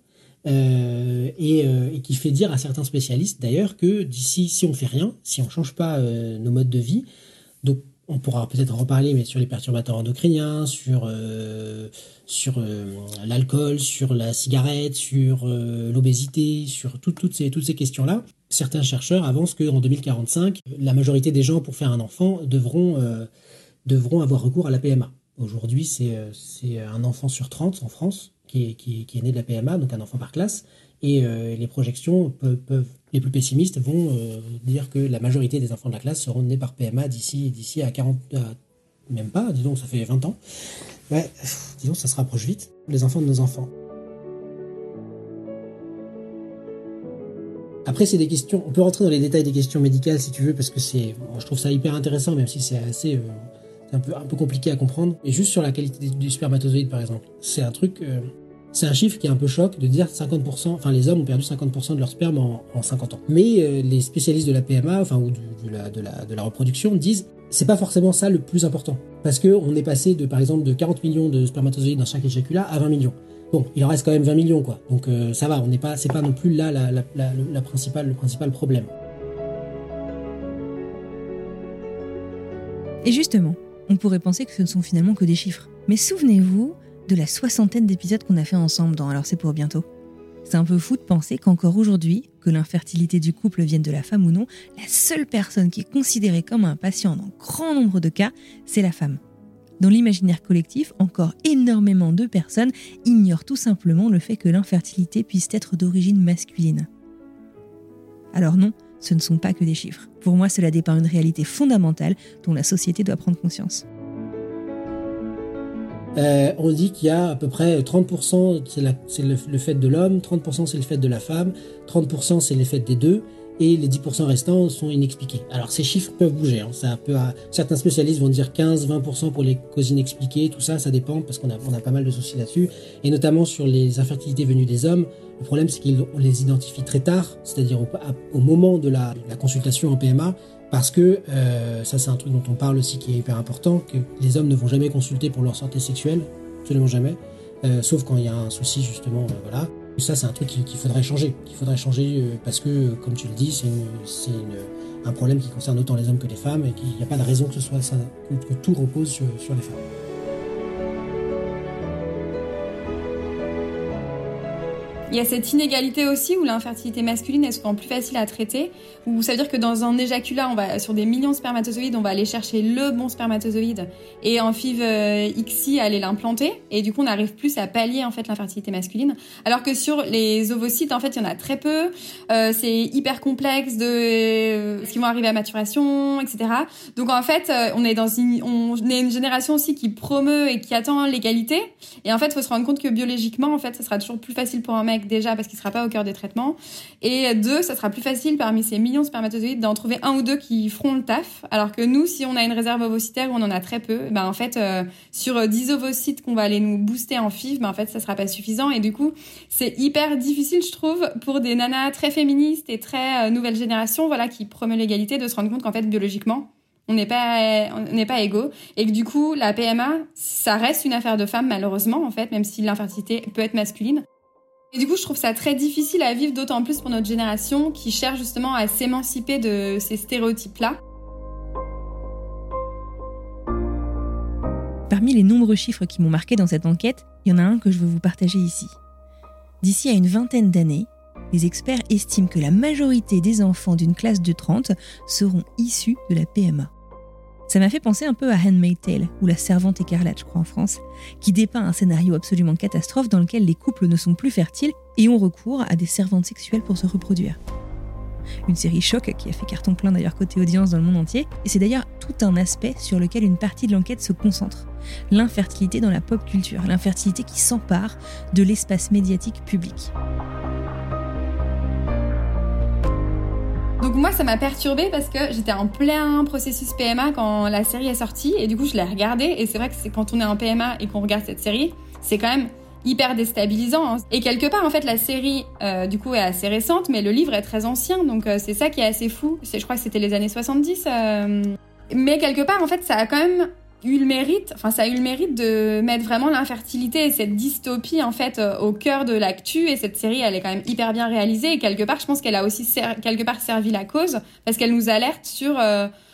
et qui fait dire à certains spécialistes d'ailleurs que d'ici, si on fait rien, si on change pas nos modes de vie, donc on pourra peut-être en reparler, mais sur les perturbateurs endocriniens, sur l'alcool, sur la cigarette, sur l'obésité, sur toutes ces questions-là. Certains chercheurs avancent qu'en 2045, la majorité des gens, pour faire un enfant, devront avoir recours à la PMA. Aujourd'hui, c'est un enfant sur 30 en France qui est né de la PMA, donc un enfant par classe. Et les projections les plus pessimistes vont dire que la majorité des enfants de la classe seront nés par PMA d'ici à 40... même pas, disons, ça fait 20 ans. Ouais, disons, ça se rapproche vite. Les enfants de nos enfants. Après, c'est des questions... On peut rentrer dans les détails des questions médicales, si tu veux, parce que moi, je trouve ça hyper intéressant, même si c'est assez... c'est un peu compliqué à comprendre. Et juste sur la qualité du spermatozoïde, par exemple. C'est un truc... c'est un chiffre qui est un peu choc de dire 50%, enfin les hommes ont perdu 50% de leur sperme en 50 ans. Mais les spécialistes de la PMA, enfin ou de la reproduction disent c'est pas forcément ça le plus important. Parce que on est passé par exemple de 40 millions de spermatozoïdes dans chaque éjaculat à 20 millions. Bon, il en reste quand même 20 millions quoi. Donc ça va, c'est pas non plus là le principal problème. Et justement, on pourrait penser que ce ne sont finalement que des chiffres. Mais souvenez-vous de la 60aine d'épisodes qu'on a fait ensemble dans Alors c'est pour bientôt. C'est un peu fou de penser qu'encore aujourd'hui, que l'infertilité du couple vienne de la femme ou non, la seule personne qui est considérée comme un patient dans grand nombre de cas, c'est la femme. Dans l'imaginaire collectif, encore énormément de personnes ignorent tout simplement le fait que l'infertilité puisse être d'origine masculine. Alors non, ce ne sont pas que des chiffres. Pour moi, cela dépeint une réalité fondamentale dont la société doit prendre conscience. On dit qu'il y a à peu près 30% c'est le fait de l'homme, 30% c'est le fait de la femme, 30% c'est le fait des deux, et les 10% restants sont inexpliqués. Alors ces chiffres peuvent bouger, certains spécialistes vont dire 15-20% pour les causes inexpliquées, tout ça dépend parce qu'on a pas mal de soucis là-dessus, et notamment sur les infertilités venues des hommes. Le problème c'est qu'on les identifie très tard, c'est-à-dire au moment de la consultation en PMA, parce que ça c'est un truc dont on parle aussi qui est hyper important, que les hommes ne vont jamais consulter pour leur santé sexuelle, absolument jamais, sauf quand il y a un souci justement, voilà. Ça c'est un truc qu'il faudrait changer, parce que comme tu le dis, c'est un problème qui concerne autant les hommes que les femmes et qu'il n'y a pas de raison que ce soit ça, que tout repose sur les femmes. Il y a cette inégalité aussi où l'infertilité masculine est souvent plus facile à traiter, où ça veut dire que dans un éjaculat, sur des millions de spermatozoïdes, on va aller chercher le bon spermatozoïde et en FIV XI aller l'implanter, et du coup on arrive plus à pallier en fait l'infertilité masculine. Alors que sur les ovocytes, en fait, il y en a très peu, c'est hyper complexe ce qui vont arriver à maturation, etc. Donc en fait, on est une génération aussi qui promeut et qui attend l'égalité, et en fait, il faut se rendre compte que biologiquement, en fait, ça sera toujours plus facile pour un mec déjà parce qu'il sera pas au cœur des traitements, et deux, ça sera plus facile parmi ces millions de spermatozoïdes d'en trouver un ou deux qui feront le taf, alors que nous, si on a une réserve ovocytaire où on en a très peu, en fait sur 10 ovocytes qu'on va aller nous booster en FIV, en fait ça sera pas suffisant, et du coup c'est hyper difficile, je trouve, pour des nanas très féministes et très nouvelle génération, voilà, qui promeut l'égalité, de se rendre compte qu'en fait biologiquement on n'est pas égaux, et que du coup la PMA ça reste une affaire de femmes malheureusement, en fait, même si l'infertilité peut être masculine. Et du coup, je trouve ça très difficile à vivre, d'autant plus pour notre génération qui cherche justement à s'émanciper de ces stéréotypes-là. Parmi les nombreux chiffres qui m'ont marqué dans cette enquête, il y en a un que je veux vous partager ici. D'ici à une vingtaine d'années, les experts estiment que la majorité des enfants d'une classe de 30 seront issus de la PMA. Ça m'a fait penser un peu à Handmaid's Tale, ou La Servante écarlate, je crois, en France, qui dépeint un scénario absolument catastrophe dans lequel les couples ne sont plus fertiles et ont recours à des servantes sexuelles pour se reproduire. Une série choc qui a fait carton plein d'ailleurs côté audience dans le monde entier, et c'est d'ailleurs tout un aspect sur lequel une partie de l'enquête se concentre. L'infertilité dans la pop culture, l'infertilité qui s'empare de l'espace médiatique public. Donc moi, ça m'a perturbée parce que j'étais en plein processus PMA quand la série est sortie, et du coup je l'ai regardée, et c'est vrai que c'est quand on est en PMA et qu'on regarde cette série, c'est quand même hyper déstabilisant. Et quelque part, en fait, la série du coup est assez récente, mais le livre est très ancien, donc c'est ça qui est assez fou. Je crois que c'était les années 70. Mais quelque part, en fait, ça a quand même eu le mérite, de mettre vraiment l'infertilité et cette dystopie en fait au cœur de l'actu, et cette série elle est quand même hyper bien réalisée, et quelque part je pense qu'elle a aussi quelque part servi la cause, parce qu'elle nous alerte sur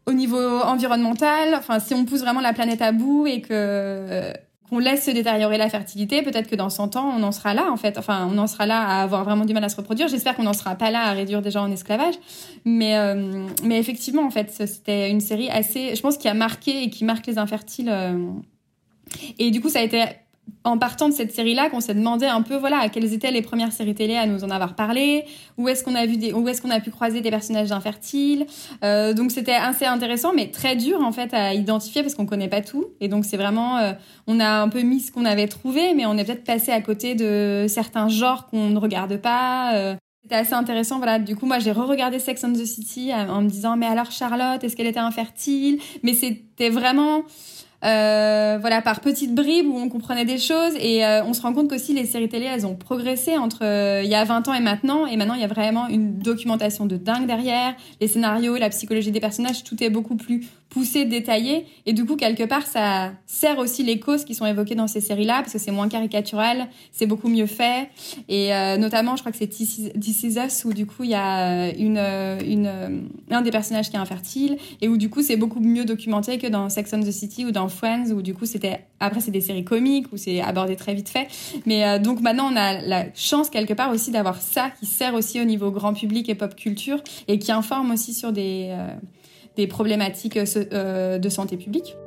au niveau environnemental, enfin, si on pousse vraiment la planète à bout et qu'on laisse se détériorer la fertilité, peut-être que dans 100 ans, on en sera là, en fait. Enfin, on en sera là à avoir vraiment du mal à se reproduire. J'espère qu'on n'en sera pas là à réduire des gens en esclavage. Mais effectivement, en fait, c'était une série assez, je pense, qui a marqué et qui marque les infertiles. Et du coup, ça a été en partant de cette série-là qu'on s'est demandé un peu, voilà, quelles étaient les premières séries télé à nous en avoir parlé, où est-ce qu'on a pu croiser des personnages infertiles. Donc c'était assez intéressant, mais très dur en fait à identifier parce qu'on connaît pas tout. Et donc c'est vraiment, on a un peu mis ce qu'on avait trouvé, mais on est peut-être passé à côté de certains genres qu'on ne regarde pas. C'était assez intéressant, voilà. Du coup, moi, j'ai re-regardé Sex and the City en me disant, mais alors Charlotte, est-ce qu'elle était infertile? Mais c'était vraiment voilà, par petites bribes où on comprenait des choses et on se rend compte qu'aussi les séries télé, elles ont progressé entre il y a 20 ans et maintenant il y a vraiment une documentation de dingue derrière, les scénarios, la psychologie des personnages, tout est beaucoup plus poussé, détaillé et du coup quelque part ça sert aussi les causes qui sont évoquées dans ces séries-là parce que c'est moins caricatural, c'est beaucoup mieux fait et notamment je crois que c'est This Is Us où du coup il y a un des personnages qui est infertile et où du coup c'est beaucoup mieux documenté que dans Sex and the City ou dans Friends où du coup c'est des séries comiques où c'est abordé très vite fait mais donc maintenant on a la chance quelque part aussi d'avoir ça qui sert aussi au niveau grand public et pop culture et qui informe aussi sur des problématiques de santé publique.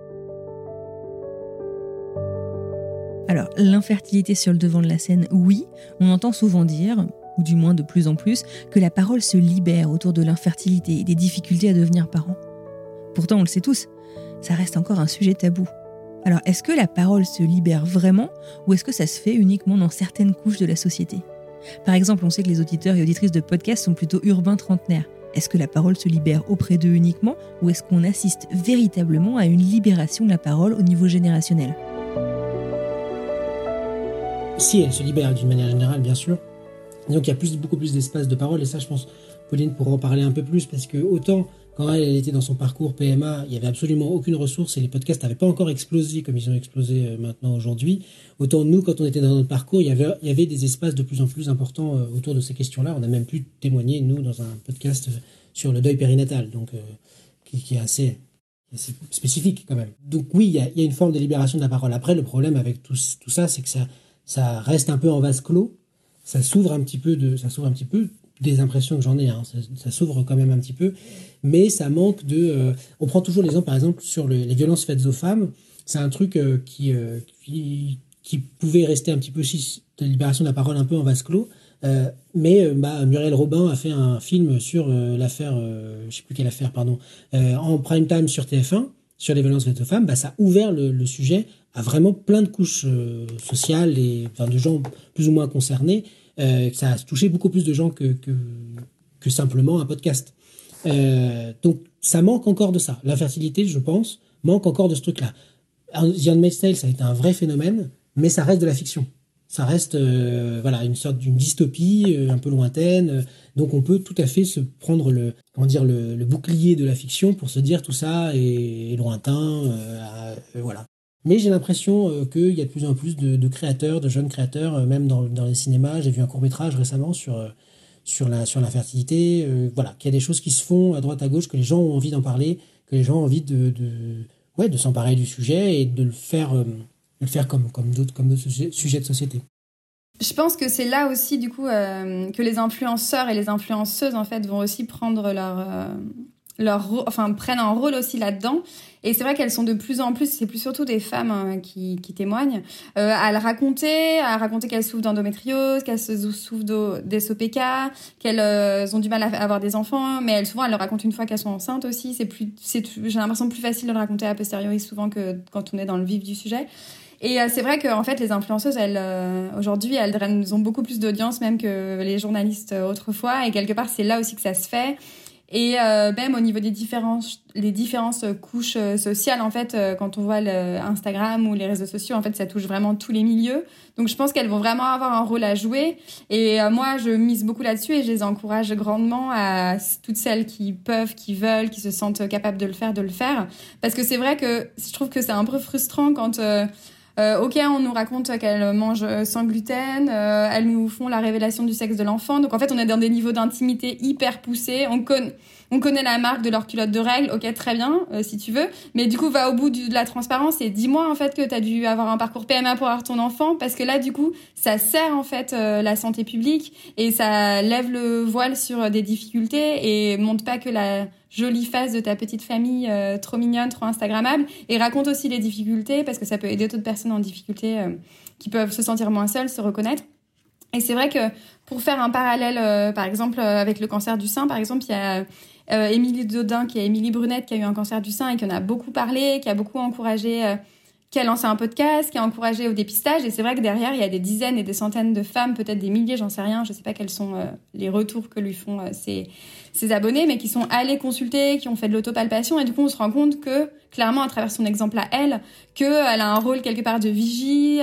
Alors, l'infertilité sur le devant de la scène, oui, on entend souvent dire, ou du moins de plus en plus, que la parole se libère autour de l'infertilité et des difficultés à devenir parent. Pourtant, on le sait tous, ça reste encore un sujet tabou. Alors, est-ce que la parole se libère vraiment ou est-ce que ça se fait uniquement dans certaines couches de la société ? Par exemple, on sait que les auditeurs et auditrices de podcasts sont plutôt urbains trentenaires. Est-ce que la parole se libère auprès d'eux uniquement ou est-ce qu'on assiste véritablement à une libération de la parole au niveau générationnel ? Si elle se libère d'une manière générale, bien sûr. Donc il y a beaucoup plus d'espace de parole et ça, je pense, Pauline pourra en parler un peu plus parce que autant quand elle était dans son parcours PMA, il y avait absolument aucune ressource et les podcasts n'avaient pas encore explosé comme ils ont explosé maintenant aujourd'hui. Autant nous, quand on était dans notre parcours, il y avait des espaces de plus en plus importants autour de ces questions-là. On a même pu témoigner, nous, dans un podcast sur le deuil périnatal, donc qui est assez spécifique quand même. Donc oui, il y a une forme de libération de la parole. Après, le problème avec tout ça, c'est que ça reste un peu en vase clos. Ça s'ouvre un petit peu des impressions que j'en ai, hein. Ça s'ouvre quand même un petit peu, mais ça manque de... on prend toujours l'exemple, par exemple, sur les violences faites aux femmes. C'est un truc qui pouvait rester un petit peu aussi de libération de la parole un peu en vase clos, mais Muriel Robin a fait un film sur l'affaire, je sais plus quelle affaire, pardon, en prime time sur TF1, sur les violences faites aux femmes. Ça a ouvert le sujet à vraiment plein de couches sociales et de gens plus ou moins concernés. Ça a touché beaucoup plus de gens que simplement un podcast. Donc ça manque encore de ça. L'infertilité, je pense, manque encore de ce truc-là. The Handmaid's Tale, ça a été un vrai phénomène, mais ça reste de la fiction. Ça reste une sorte d'une dystopie un peu lointaine. Donc on peut tout à fait se prendre le bouclier de la fiction pour se dire tout ça est lointain. Voilà. Mais j'ai l'impression qu'il y a de plus en plus de créateurs, de jeunes créateurs, même dans les cinémas. J'ai vu un court-métrage récemment sur l'infertilité. Qu'il y a des choses qui se font à droite à gauche, que les gens ont envie d'en parler, que les gens ont envie de s'emparer du sujet et de le faire comme d'autres sujets de société. Je pense que c'est là aussi du coup que les influenceurs et les influenceuses en fait vont aussi prendre prennent un rôle aussi là-dedans. Et c'est vrai qu'elles sont de plus en plus, c'est plus surtout des femmes qui témoignent, à raconter qu'elles souffrent d'endométriose, qu'elles souffrent d'SOPK, qu'elles ont du mal à avoir des enfants, mais souvent elles le racontent une fois qu'elles sont enceintes aussi. J'ai l'impression plus facile de le raconter a posteriori souvent que quand on est dans le vif du sujet. Et c'est vrai que en fait les influenceuses aujourd'hui elles ont beaucoup plus d'audience même que les journalistes autrefois et quelque part c'est là aussi que ça se fait. Et même au niveau des différentes couches sociales en fait quand on voit Instagram ou les réseaux sociaux en fait ça touche vraiment tous les milieux. Donc je pense qu'elles vont vraiment avoir un rôle à jouer et moi je mise beaucoup là-dessus et je les encourage grandement à toutes celles qui peuvent, qui veulent, qui se sentent capables de le faire parce que c'est vrai que je trouve que c'est un peu frustrant quand on nous raconte qu'elles mangent sans gluten, elles nous font la révélation du sexe de l'enfant. Donc en fait, on est dans des niveaux d'intimité hyper poussés. on connaît la marque de leur culotte de règles, ok, très bien, si tu veux, mais du coup, va au bout de la transparence et dis-moi en fait que t'as dû avoir un parcours PMA pour avoir ton enfant, parce que là, du coup, ça sert en fait la santé publique et ça lève le voile sur des difficultés et montre pas que la jolie face de ta petite famille trop mignonne, trop instagrammable, et raconte aussi les difficultés, parce que ça peut aider d'autres personnes en difficulté qui peuvent se sentir moins seules, se reconnaître. Et c'est vrai que pour faire un parallèle, par exemple, avec le cancer du sein, par exemple, il y a Émilie Dodin, qui est Émilie Brunette, qui a eu un cancer du sein et qui en a beaucoup parlé, qui a beaucoup encouragé, qui a lancé un podcast, qui a encouragé au dépistage. Et c'est vrai que derrière, il y a des dizaines et des centaines de femmes, peut-être des milliers, j'en sais rien, je sais pas quels sont les retours que lui font ses abonnés, mais qui sont allés consulter, qui ont fait de l'autopalpation. Et du coup, on se rend compte que, clairement, à travers son exemple à elle, qu'elle a un rôle quelque part de vigie,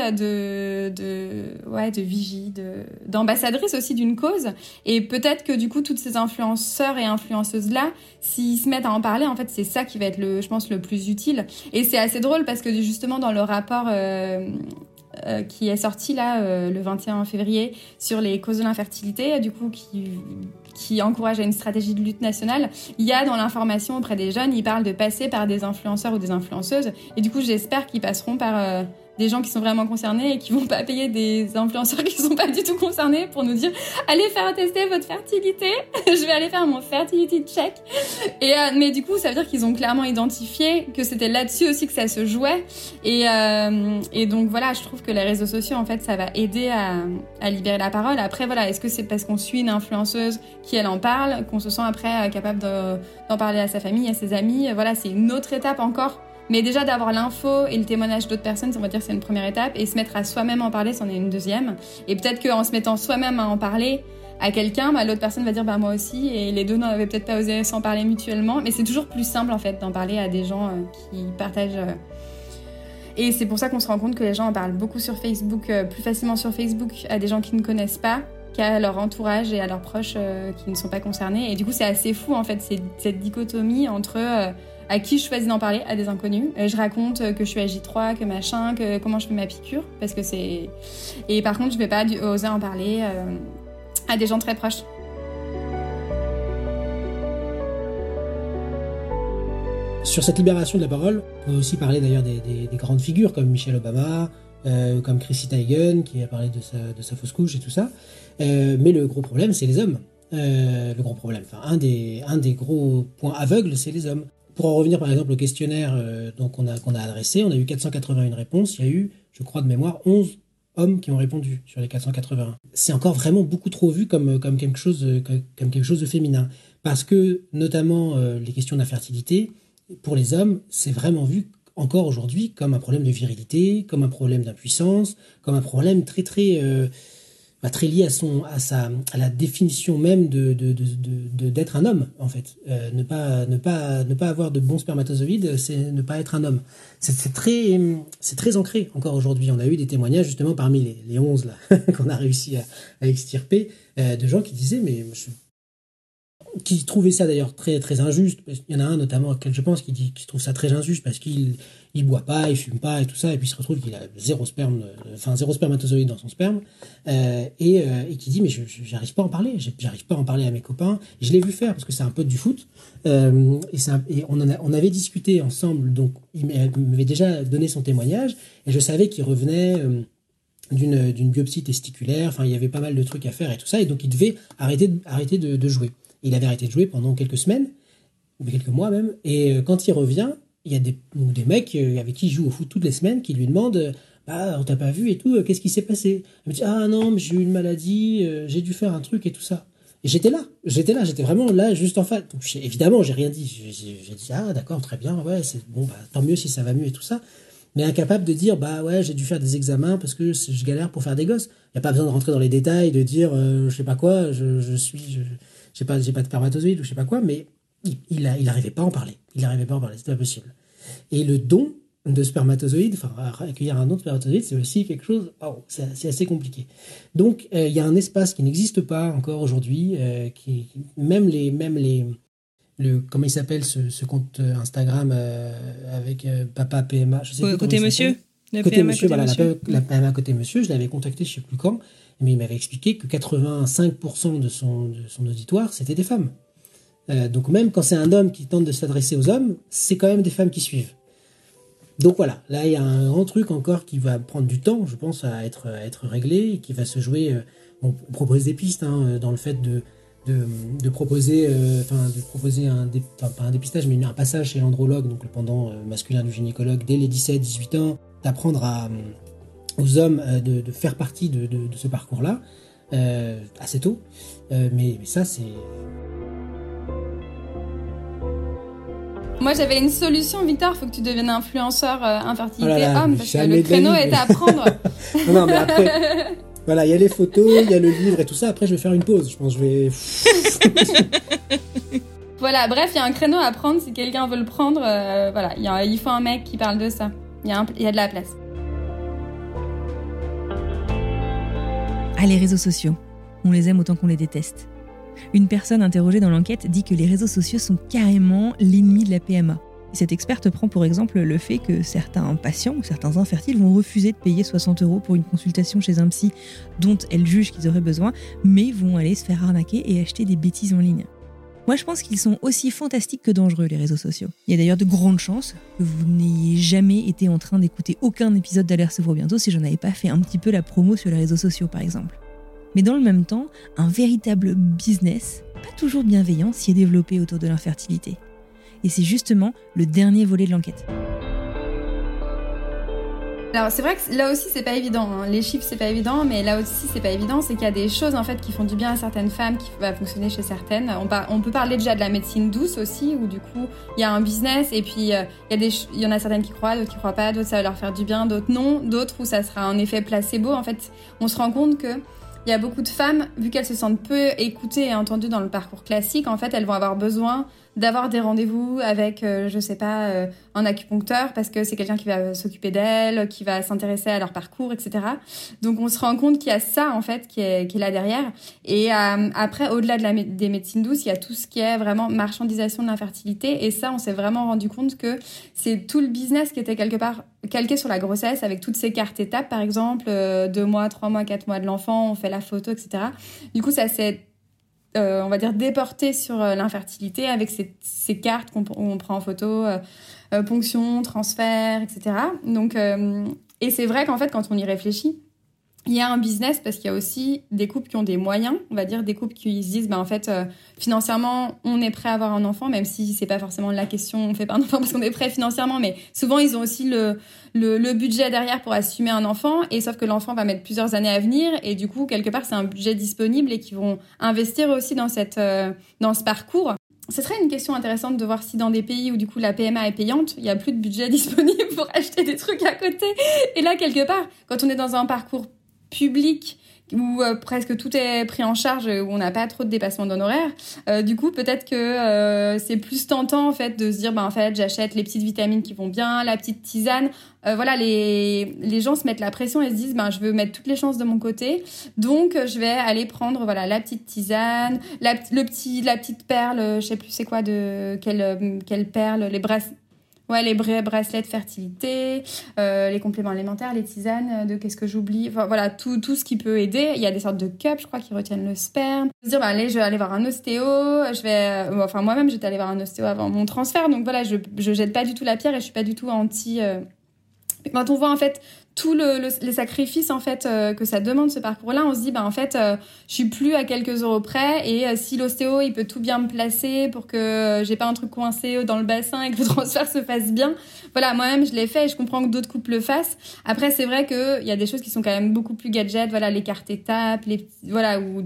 d'ambassadrice aussi d'une cause. Et peut-être que du coup, toutes ces influenceurs et influenceuses-là, s'ils se mettent à en parler, en fait, c'est ça qui va être je pense, le plus utile. Et c'est assez drôle parce que justement, dans le rapport qui est sorti là le 21 février sur les causes de l'infertilité, du coup, qui encourage à une stratégie de lutte nationale, il y a dans l'information auprès des jeunes, ils parlent de passer par des influenceurs ou des influenceuses. Et du coup, j'espère qu'ils passeront par des gens qui sont vraiment concernés et qui vont pas payer des influenceurs qui sont pas du tout concernés pour nous dire allez faire tester votre fertilité, je vais aller faire mon fertility check. Mais du coup, ça veut dire qu'ils ont clairement identifié que c'était là-dessus aussi que ça se jouait. Et donc voilà, je trouve que les réseaux sociaux, en fait, ça va aider à libérer la parole. Après, voilà, est-ce que c'est parce qu'on suit une influenceuse qui elle en parle, qu'on se sent après capable d'en parler à sa famille, à ses amis? Voilà, c'est une autre étape encore. Mais déjà d'avoir l'info et le témoignage d'autres personnes, on va dire que c'est une première étape. Et se mettre à soi-même en parler, c'en est une deuxième. Et peut-être qu'en se mettant soi-même à en parler à quelqu'un, l'autre personne va dire moi aussi. Et les deux n'avaient peut-être pas osé s'en parler mutuellement. Mais c'est toujours plus simple en fait d'en parler à des gens qui partagent. Et c'est pour ça qu'on se rend compte que les gens en parlent beaucoup sur Facebook, plus facilement sur Facebook à des gens qui ne connaissent pas qu'à leur entourage et à leurs proches qui ne sont pas concernés. Et du coup, c'est assez fou en fait, cette dichotomie entre à qui je choisis d'en parler, à des inconnus. Je raconte que je suis à J3, que machin, que comment je fais ma piqûre, parce que c'est... Et par contre, je vais pas oser en parler à des gens très proches. Sur cette libération de la parole, on peut aussi parler d'ailleurs des grandes figures comme Michelle Obama, comme Chrissy Teigen, qui a parlé de sa fausse couche et tout ça. Mais le gros problème, c'est les hommes. Le gros problème, un des gros points aveugles, c'est les hommes. Pour en revenir par exemple au questionnaire qu'on a adressé, on a eu 481 réponses, il y a eu, je crois de mémoire, 11 hommes qui ont répondu sur les 481. C'est encore vraiment beaucoup trop vu comme quelque chose de féminin. Parce que, notamment, les questions d'infertilité, pour les hommes, c'est vraiment vu encore aujourd'hui comme un problème de virilité, comme un problème d'impuissance, comme un problème très très lié à la définition même d'être un homme, en fait. Ne pas avoir de bons spermatozoïdes, c'est ne pas être un homme. C'est très ancré encore aujourd'hui. On a eu des témoignages justement parmi les 11 là qu'on a réussi à extirper de gens qui disaient qui trouvaient ça d'ailleurs très très injuste. Il y en a un notamment auquel je pense qui trouve ça très injuste parce qu'il boit pas, il fume pas et tout ça, et puis il se retrouve qu'il a zéro spermatozoïde dans son sperme, et qui dit mais j'arrive pas à en parler, j'arrive pas à en parler à mes copains. Je l'ai vu faire parce que c'est un pote du foot, et on avait discuté ensemble, donc il m'avait déjà donné son témoignage et je savais qu'il revenait d'une biopsie testiculaire, enfin il y avait pas mal de trucs à faire et tout ça, et donc il devait arrêter de jouer. Il avait arrêté de jouer pendant quelques semaines, quelques mois même, et quand il revient, il y a des mecs avec qui il joue au foot toutes les semaines qui lui demandent on t'a pas vu et tout, qu'est-ce qui s'est passé? Il me dit non, mais j'ai eu une maladie, j'ai dû faire un truc et tout ça. Et j'étais vraiment là, juste en face. Donc évidemment, j'ai rien dit. J'ai dit d'accord, très bien, ouais, c'est bon, tant mieux si ça va mieux et tout ça. Mais incapable de dire ouais, j'ai dû faire des examens parce que je galère pour faire des gosses. Il y a pas besoin de rentrer dans les détails, de dire je sais pas quoi, j'ai pas de spermatozoïde ou je sais pas quoi, mais il arrivait pas à en parler. C'était pas possible. Et le don de spermatozoïdes, accueillir un don de spermatozoïdes, c'est aussi quelque chose, c'est assez compliqué. Donc, il y a un espace qui n'existe pas encore aujourd'hui, comment il s'appelle ce compte Instagram avec Papa PMA, je sais plus côté monsieur. Côté monsieur, voilà, la PMA côté monsieur, je l'avais contacté, je sais plus quand, mais il m'avait expliqué que 85% de son auditoire, c'était des femmes. Donc même quand c'est un homme qui tente de s'adresser aux hommes, c'est quand même des femmes qui suivent. Donc voilà, là il y a un grand truc encore qui va prendre du temps, je pense, à être réglé, et qui va se jouer. On propose des pistes dans le fait de proposer, pas un dépistage, mais un passage chez l'andrologue, donc le pendant masculin du gynécologue, dès les 17-18 ans, d'apprendre aux hommes de faire partie de ce parcours-là, assez tôt. Mais ça, c'est... Moi, j'avais une solution, Victor. Faut que tu deviennes influenceur infertilité homme, parce que le jamais créneau de la vie, est à prendre. Non, mais après, voilà, il y a les photos, il y a le livre et tout ça. Après, je vais faire une pause. Je pense que je vais... Voilà, bref, il y a un créneau à prendre si quelqu'un veut le prendre. Voilà, il faut un mec qui parle de ça. Il y a de la place. Ah, les réseaux sociaux. On les aime autant qu'on les déteste. Une personne interrogée dans l'enquête dit que les réseaux sociaux sont carrément l'ennemi de la PMA. Et cette experte prend pour exemple le fait que certains patients ou certains infertiles vont refuser de payer 60 € pour une consultation chez un psy dont elle juge qu'ils auraient besoin, mais vont aller se faire arnaquer et acheter des bêtises en ligne. Moi, je pense qu'ils sont aussi fantastiques que dangereux, les réseaux sociaux. Il y a d'ailleurs de grandes chances que vous n'ayez jamais été en train d'écouter aucun épisode d'Alerte S'ouvre bientôt si j'en avais pas fait un petit peu la promo sur les réseaux sociaux, par exemple. Mais dans le même temps, un véritable business, pas toujours bienveillant, s'y est développé autour de l'infertilité. Et c'est justement le dernier volet de l'enquête. Alors c'est vrai que là aussi c'est pas évident, hein. Les chiffres c'est pas évident, mais là aussi c'est pas évident, c'est qu'il y a des choses en fait qui font du bien à certaines femmes, qui va fonctionner chez certaines. On peut parler déjà de la médecine douce aussi, où du coup il y a un business et puis il y en a certaines qui croient, d'autres qui croient pas, d'autres ça va leur faire du bien, d'autres non, d'autres où ça sera un effet placebo. En fait, on se rend compte que il y a beaucoup de femmes, vu qu'elles se sentent peu écoutées et entendues dans le parcours classique, en fait, elles vont avoir besoin d'avoir des rendez-vous avec, un acupuncteur, parce que c'est quelqu'un qui va s'occuper d'elles, qui va s'intéresser à leur parcours, etc. Donc, on se rend compte qu'il y a ça, en fait, qui est là derrière. Et après, au-delà des médecines douces, il y a tout ce qui est vraiment marchandisation de l'infertilité. Et ça, on s'est vraiment rendu compte que c'est tout le business qui était quelque part calqué sur la grossesse, avec toutes ces cartes étapes, par exemple, 2 mois, 3 mois, 4 mois de l'enfant, on fait la photo, etc. Du coup, ça s'est on va dire déporté sur l'infertilité avec ces cartes qu'on prend en photo, ponction, transfert, etc. Donc, et c'est vrai qu'en fait, quand on y réfléchit, il y a un business parce qu'il y a aussi des couples qui ont des moyens, on va dire des couples qui se disent, en fait, financièrement, on est prêt à avoir un enfant, même si c'est pas forcément la question, on fait pas un enfant parce qu'on est prêt financièrement, mais souvent ils ont aussi le budget derrière pour assumer un enfant, et sauf que l'enfant va mettre plusieurs années à venir, et du coup, quelque part, c'est un budget disponible et qui vont investir aussi dans ce parcours. Ce serait une question intéressante de voir si dans des pays où du coup la PMA est payante, il y a plus de budget disponible pour acheter des trucs à côté. Et là, quelque part, quand on est dans un parcours public où presque tout est pris en charge, où on n'a pas trop de dépassement d'honoraires, du coup peut-être que c'est plus tentant en fait de se dire en fait j'achète les petites vitamines qui vont bien, la petite tisane. Voilà, les gens se mettent la pression et se disent je veux mettre toutes les chances de mon côté, donc je vais aller prendre la petite tisane, la petite perle, je sais plus c'est quoi quelle perle, les bracelets de fertilité, les compléments alimentaires, les tisanes, de qu'est-ce que j'oublie, enfin, voilà, tout ce qui peut aider. Il y a des sortes de cups, je crois, qui retiennent le sperme. Se dire, allez, je vais aller voir un ostéo, moi-même, j'étais allée voir un ostéo avant mon transfert, donc voilà, je jette pas du tout la pierre et je suis pas du tout anti... Quand on voit, en fait, tous les sacrifices, en fait, que ça demande, ce parcours-là, on se dit, en fait, je suis plus à quelques euros près, et si l'ostéo, il peut tout bien me placer pour que j'ai pas un truc coincé dans le bassin et que le transfert se fasse bien. Voilà, moi-même, je l'ai fait et je comprends que d'autres couples le fassent. Après, c'est vrai que il y a des choses qui sont quand même beaucoup plus gadgets, voilà, les cartes étapes, où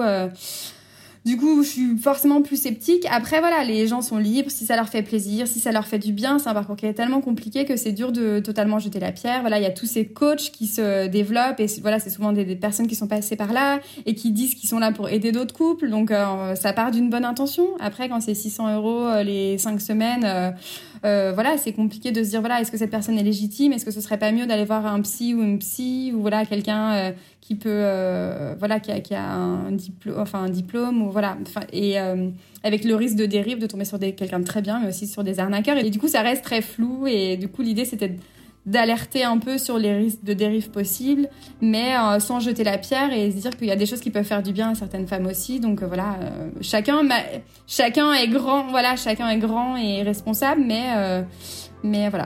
du coup, je suis forcément plus sceptique. Après, voilà, les gens sont libres. Si ça leur fait plaisir, si ça leur fait du bien, c'est un parcours qui est tellement compliqué que c'est dur de totalement jeter la pierre. Voilà, il y a tous ces coachs qui se développent et voilà, c'est souvent des personnes qui sont passées par là et qui disent qu'ils sont là pour aider d'autres couples. Donc, ça part d'une bonne intention. Après, quand c'est 600 € les 5 semaines, voilà, c'est compliqué de se dire, voilà, est-ce que cette personne est légitime? Est-ce que ce serait pas mieux d'aller voir un psy ou une psy ou voilà, quelqu'un qui peut, qui a un diplôme ou voilà, et avec le risque de dérive de tomber sur quelqu'un de très bien, mais aussi sur des arnaqueurs. Et du coup, ça reste très flou. Et du coup, l'idée, c'était d'alerter un peu sur les risques de dérive possibles, mais sans jeter la pierre et se dire qu'il y a des choses qui peuvent faire du bien à certaines femmes aussi. Donc voilà, chacun est grand et responsable, mais voilà.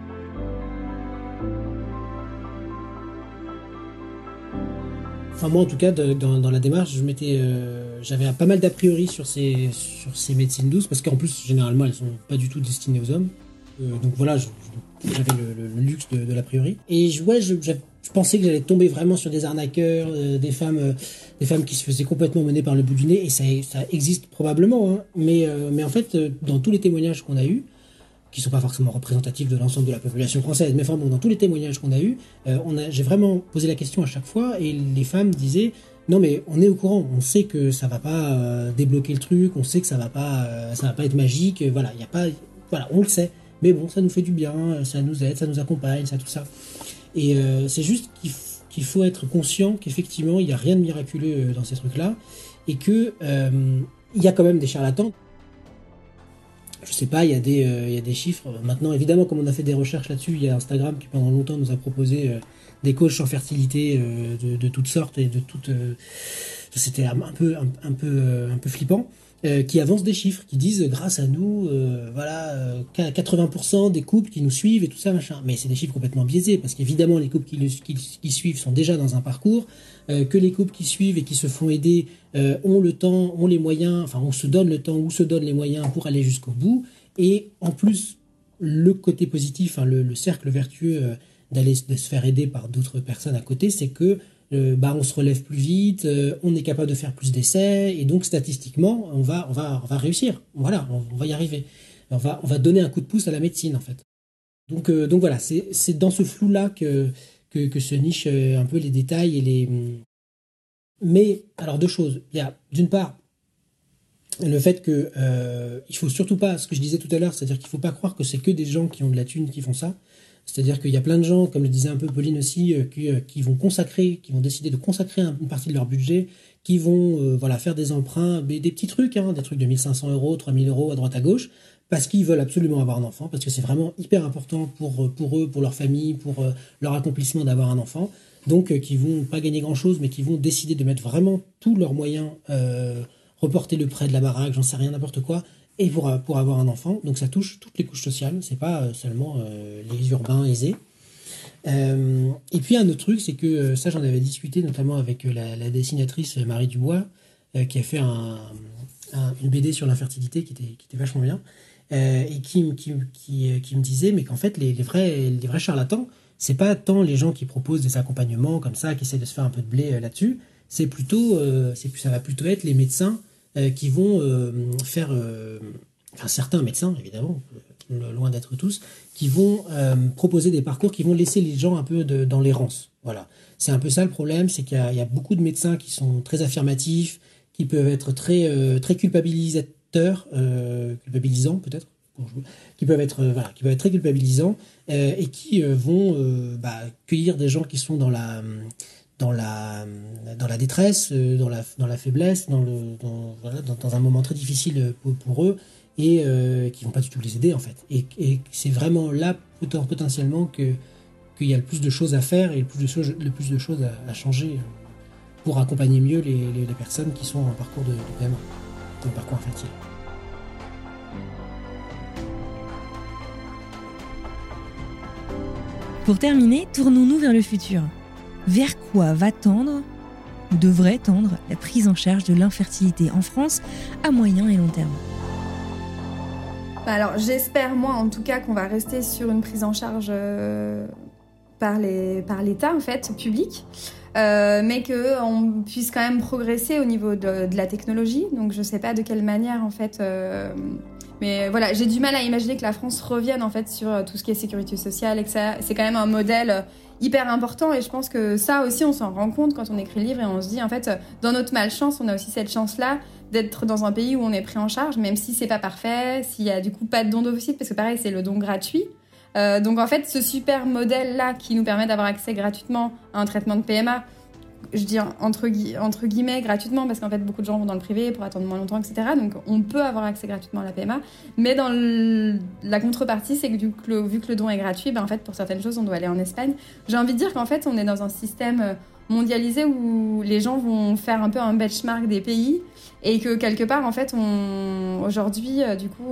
Enfin, moi, en tout cas, dans la démarche, j'avais pas mal d'a priori sur ces médecines douces, parce qu'en plus, généralement, elles sont pas du tout destinées aux hommes. Donc voilà, j'avais le luxe de l'a priori. Et je pensais que j'allais tomber vraiment sur des arnaqueurs, des femmes qui se faisaient complètement mener par le bout du nez, et ça existe probablement, hein. Mais en fait, dans tous les témoignages qu'on a eus, qui sont pas forcément représentatifs de l'ensemble de la population française, mais enfin bon, dans tous les témoignages qu'on a eus, j'ai vraiment posé la question à chaque fois, et les femmes disaient non mais on est au courant, on sait que ça va pas débloquer le truc, on sait que ça va pas être magique, voilà, on le sait, mais bon, ça nous fait du bien, ça nous aide, ça nous accompagne, ça tout ça. Et c'est juste qu'il faut être conscient qu'effectivement il y a rien de miraculeux dans ces trucs-là, et que il y a quand même des charlatans. Je sais pas, il y a des chiffres. Maintenant, évidemment, comme on a fait des recherches là-dessus, il y a Instagram qui pendant longtemps nous a proposé des coachs en fertilité de toutes sortes et de toutes. C'était un peu flippant, qui avancent des chiffres, qui disent grâce à nous, 80% des couples qui nous suivent et tout ça machin. Mais c'est des chiffres complètement biaisés parce qu'évidemment les couples qui suivent sont déjà dans un parcours, que les couples qui suivent et qui se font aider ont le temps, ont les moyens, enfin on se donne le temps ou se donne les moyens pour aller jusqu'au bout. Et en plus le côté positif, hein, le cercle vertueux de se faire aider par d'autres personnes à côté, c'est que on se relève plus vite, on est capable de faire plus d'essais, et donc statistiquement, on va réussir. Voilà, on va y arriver. On va donner un coup de pouce à la médecine, en fait. Donc voilà, c'est dans ce flou-là que se nichent un peu les détails et les. Mais alors deux choses. Il y a d'une part le fait que il faut surtout pas, ce que je disais tout à l'heure, c'est-à-dire qu'il faut pas croire que c'est que des gens qui ont de la thune qui font ça. C'est-à-dire qu'il y a plein de gens, comme le disait un peu Pauline aussi, qui vont décider de consacrer une partie de leur budget, qui vont faire des emprunts, des petits trucs, hein, des trucs de 1 500 €, 3 000 € à droite à gauche, parce qu'ils veulent absolument avoir un enfant, parce que c'est vraiment hyper important pour eux, pour leur famille, pour leur accomplissement d'avoir un enfant. Donc qui vont pas gagner grand-chose, mais qui vont décider de mettre vraiment tous leurs moyens, reporter le prêt de la baraque, j'en sais rien, n'importe quoi, et pour avoir un enfant. Donc ça touche toutes les couches sociales, c'est pas seulement les urbains aisés. Et puis un autre truc, c'est que ça j'en avais discuté notamment avec la dessinatrice Marie Dubois, qui a fait une BD sur l'infertilité qui était vachement bien, et qui me disait mais qu'en fait les vrais charlatans, c'est pas tant les gens qui proposent des accompagnements comme ça, qui essaient de se faire un peu de blé là-dessus, ça va plutôt être les médecins qui vont faire, certains médecins évidemment, loin d'être tous, qui vont proposer des parcours qui vont laisser les gens un peu dans l'errance. Voilà, c'est un peu ça le problème, c'est qu'il y a beaucoup de médecins qui sont très affirmatifs, qui peuvent être très culpabilisateurs, culpabilisants peut-être, qui peuvent être très culpabilisants, et qui vont cueillir des gens qui sont dans la détresse, dans la faiblesse, dans un moment très difficile pour eux, et qui vont pas du tout les aider en fait. Et c'est vraiment là potentiellement qu'il y a le plus de choses à faire et le plus de choses à changer pour accompagner mieux les personnes qui sont en parcours de PMA, en parcours infertile. Pour terminer, tournons-nous vers le futur. Vers quoi va tendre, ou devrait tendre, la prise en charge de l'infertilité en France à moyen et long terme ? Alors j'espère, moi en tout cas, qu'on va rester sur une prise en charge par l'État, en fait, public, mais qu'on puisse quand même progresser au niveau de la technologie. Donc je sais pas de quelle manière, en fait... Mais voilà, j'ai du mal à imaginer que la France revienne en fait sur tout ce qui est sécurité sociale et que ça, c'est quand même un modèle hyper important. Et je pense que ça aussi, on s'en rend compte quand on écrit le livre et on se dit en fait, dans notre malchance, on a aussi cette chance-là d'être dans un pays où on est pris en charge, même si c'est pas parfait, s'il y a du coup pas de don d'ovocytes, parce que pareil, c'est le don gratuit. Donc en fait, ce super modèle-là qui nous permet d'avoir accès gratuitement à un traitement de PMA, je dis entre guillemets gratuitement, parce qu'en fait beaucoup de gens vont dans le privé pour attendre moins longtemps, etc. Donc on peut avoir accès gratuitement à la PMA, mais dans la contrepartie, c'est que vu que le don est gratuit, en fait pour certaines choses on doit aller en Espagne. J'ai envie de dire qu'en fait on est dans un système mondialisé où les gens vont faire un peu un benchmark des pays, et que quelque part en fait aujourd'hui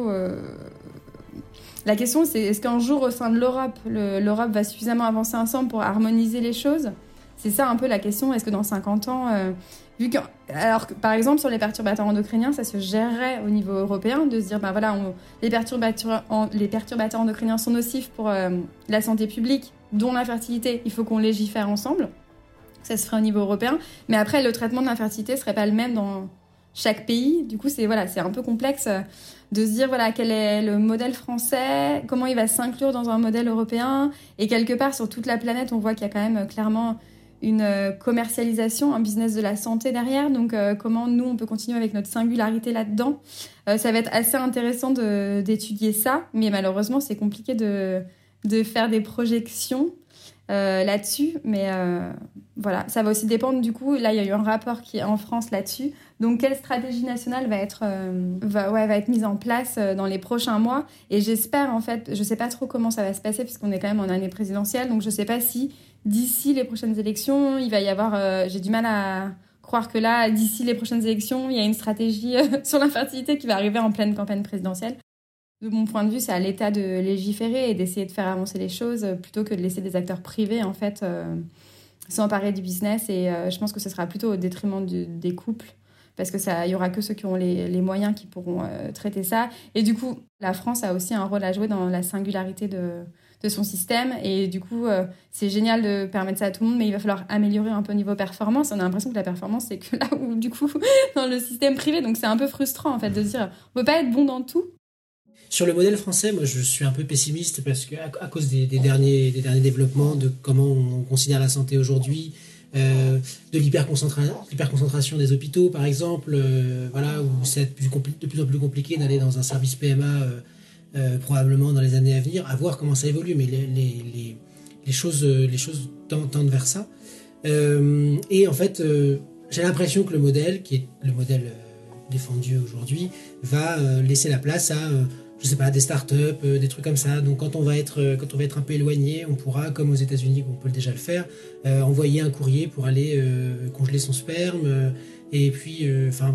la question c'est est-ce qu'un jour au sein de l'Europe va suffisamment avancer ensemble pour harmoniser les choses. C'est ça un peu la question. Est-ce que dans 50 ans, alors que, par exemple, sur les perturbateurs endocriniens, ça se gérerait au niveau européen, de se dire, les perturbateurs endocriniens sont nocifs pour la santé publique, dont l'infertilité, il faut qu'on légifère ensemble. Ça se ferait au niveau européen. Mais après, le traitement de l'infertilité ne serait pas le même dans chaque pays. Du coup, c'est un peu complexe de se dire, quel est le modèle français, comment il va s'inclure dans un modèle européen. Et quelque part, sur toute la planète, on voit qu'il y a quand même clairement une commercialisation, un business de la santé derrière. Donc, comment nous, on peut continuer avec notre singularité là-dedans. Ça va être assez intéressant d'étudier ça, mais malheureusement, c'est compliqué de faire des projections là-dessus. Mais ça va aussi dépendre du coup. Là, il y a eu un rapport qui est en France là-dessus. Donc, quelle stratégie nationale va être mise en place dans les prochains mois. Et j'espère, en fait, je ne sais pas trop comment ça va se passer puisqu'on est quand même en année présidentielle. Donc, je ne sais pas si d'ici les prochaines élections, il va y avoir... j'ai du mal à croire que là, d'ici les prochaines élections, il y a une stratégie sur l'infertilité qui va arriver en pleine campagne présidentielle. De mon point de vue, c'est à l'État de légiférer et d'essayer de faire avancer les choses plutôt que de laisser des acteurs privés, en fait, s'emparer du business. Et je pense que ce sera plutôt au détriment des couples, parce que il y aura que ceux qui ont les moyens qui pourront traiter ça. Et du coup, la France a aussi un rôle à jouer dans la singularité de son système. Et du coup, c'est génial de permettre ça à tout le monde, mais il va falloir améliorer un peu au niveau performance. On a l'impression que la performance, c'est que là où, du coup, dans le système privé. Donc, c'est un peu frustrant, en fait, de se dire, on peut pas être bon dans tout. Sur le modèle français, moi, je suis un peu pessimiste parce que à cause des derniers développements de comment on considère la santé aujourd'hui, de l'hyperconcentration des hôpitaux, par exemple, où c'est de plus en plus compliqué d'aller dans un service PMA probablement dans les années à venir, à voir comment ça évolue, mais les choses tendent vers ça. Et en fait, j'ai l'impression que le modèle, qui est le modèle défendu aujourd'hui, va laisser la place à je sais pas, des startups, des trucs comme ça. Donc quand on va être un peu éloigné, on pourra, comme aux États-Unis, on peut déjà le faire, envoyer un courrier pour aller congeler son sperme. Et puis,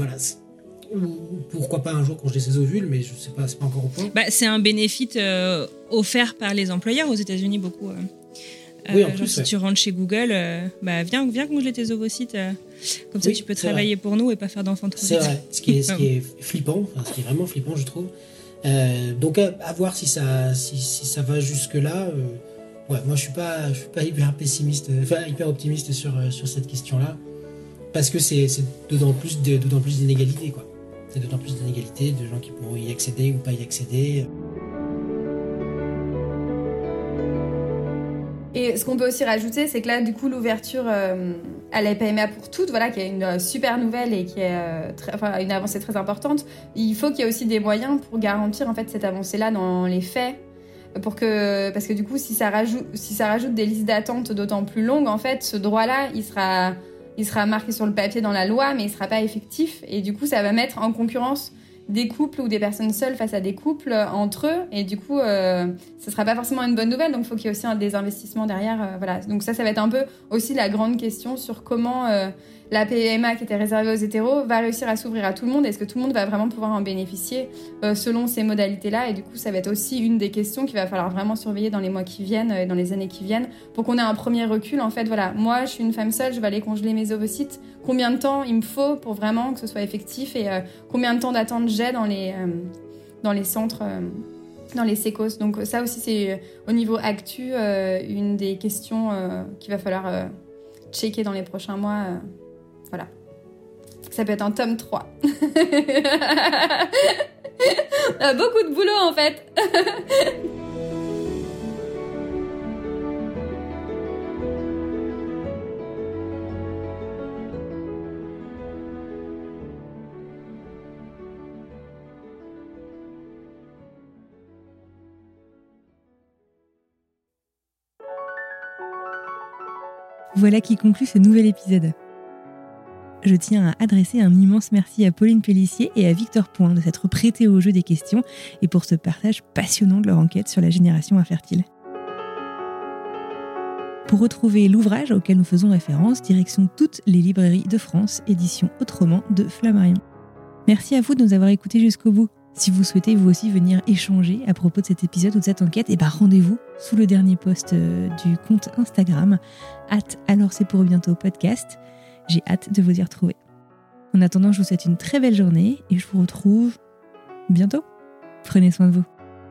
ou pourquoi pas un jour congeler ses ovules, mais je sais pas, c'est pas encore au point. C'est un bénéfice offert par les employeurs aux États-Unis beaucoup. Oui, en plus, si tu rentres chez Google, viens congeler tes ovocytes. Comme ça, tu peux travailler pour nous et pas faire d'enfants trop vite. C'est vrai. Ce qui est flippant, ce qui est vraiment flippant, je trouve. Donc à voir si ça va jusque là. Moi je suis pas hyper pessimiste, hyper optimiste sur cette question-là, parce que c'est d'autant plus d'inégalités, quoi. C'est d'autant plus d'inégalités, de gens qui pourront y accéder ou pas y accéder. Et ce qu'on peut aussi rajouter, c'est que là, du coup, l'ouverture à la PMA pour toutes, qui est une super nouvelle et qui est une avancée très importante, il faut qu'il y ait aussi des moyens pour garantir en fait cette avancée-là dans les faits, parce que du coup, si ça rajoute des listes d'attente d'autant plus longues, en fait, ce droit-là, il sera marqué sur le papier dans la loi, mais il sera pas effectif, et du coup, ça va mettre en concurrence des couples ou des personnes seules face à des couples entre eux, et du coup ce sera pas forcément une bonne nouvelle, donc il faut qu'il y ait aussi des investissements derrière, donc ça va être un peu aussi la grande question sur comment la PMA qui était réservée aux hétéros va réussir à s'ouvrir à tout le monde. Est-ce que tout le monde va vraiment pouvoir en bénéficier selon ces modalités-là? Et du coup, ça va être aussi une des questions qu'il va falloir vraiment surveiller dans les mois qui viennent et dans les années qui viennent pour qu'on ait un premier recul. En fait, moi, je suis une femme seule, je vais aller congeler mes ovocytes. Combien de temps il me faut pour vraiment que ce soit effectif et combien de temps d'attente j'ai dans les centres, dans les sécos. Donc ça aussi, c'est au niveau actu une des questions qu'il va falloir checker dans les prochains mois. Voilà. Ça peut être un tome 3. Beaucoup de boulot, en fait. Voilà qui conclut ce nouvel épisode. je tiens à adresser un immense merci à Pauline Pellissier et à Victor Point de s'être prêtés au jeu des questions et pour ce partage passionnant de leur enquête sur la génération infertile. Pour retrouver l'ouvrage auquel nous faisons référence, direction toutes les librairies de France, édition Autrement de Flammarion. Merci à vous de nous avoir écoutés jusqu'au bout. Si vous souhaitez vous aussi venir échanger à propos de cet épisode ou de cette enquête, rendez-vous sous le dernier post du compte Instagram @alorc'estpourbientôt podcast. J'ai hâte de vous y retrouver. En attendant, je vous souhaite une très belle journée et je vous retrouve bientôt. Prenez soin de vous.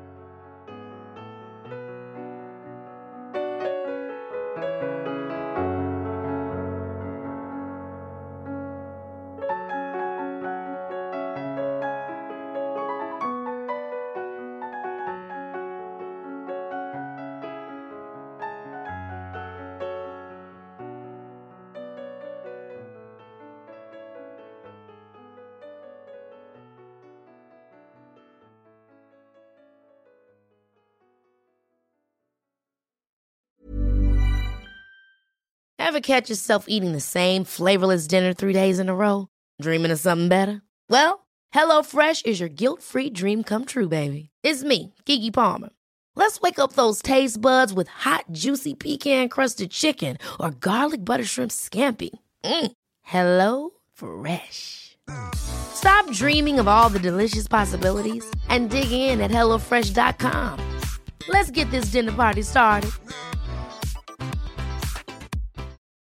Ever catch yourself eating the same flavorless dinner 3 days in a row? Dreaming of something better? Well, HelloFresh is your guilt-free dream come true, baby. It's me, Keke Palmer. Let's wake up those taste buds with hot, juicy pecan-crusted chicken or garlic butter shrimp scampi. Hello Fresh. Stop dreaming of all the delicious possibilities and dig in at HelloFresh.com. Let's get this dinner party started.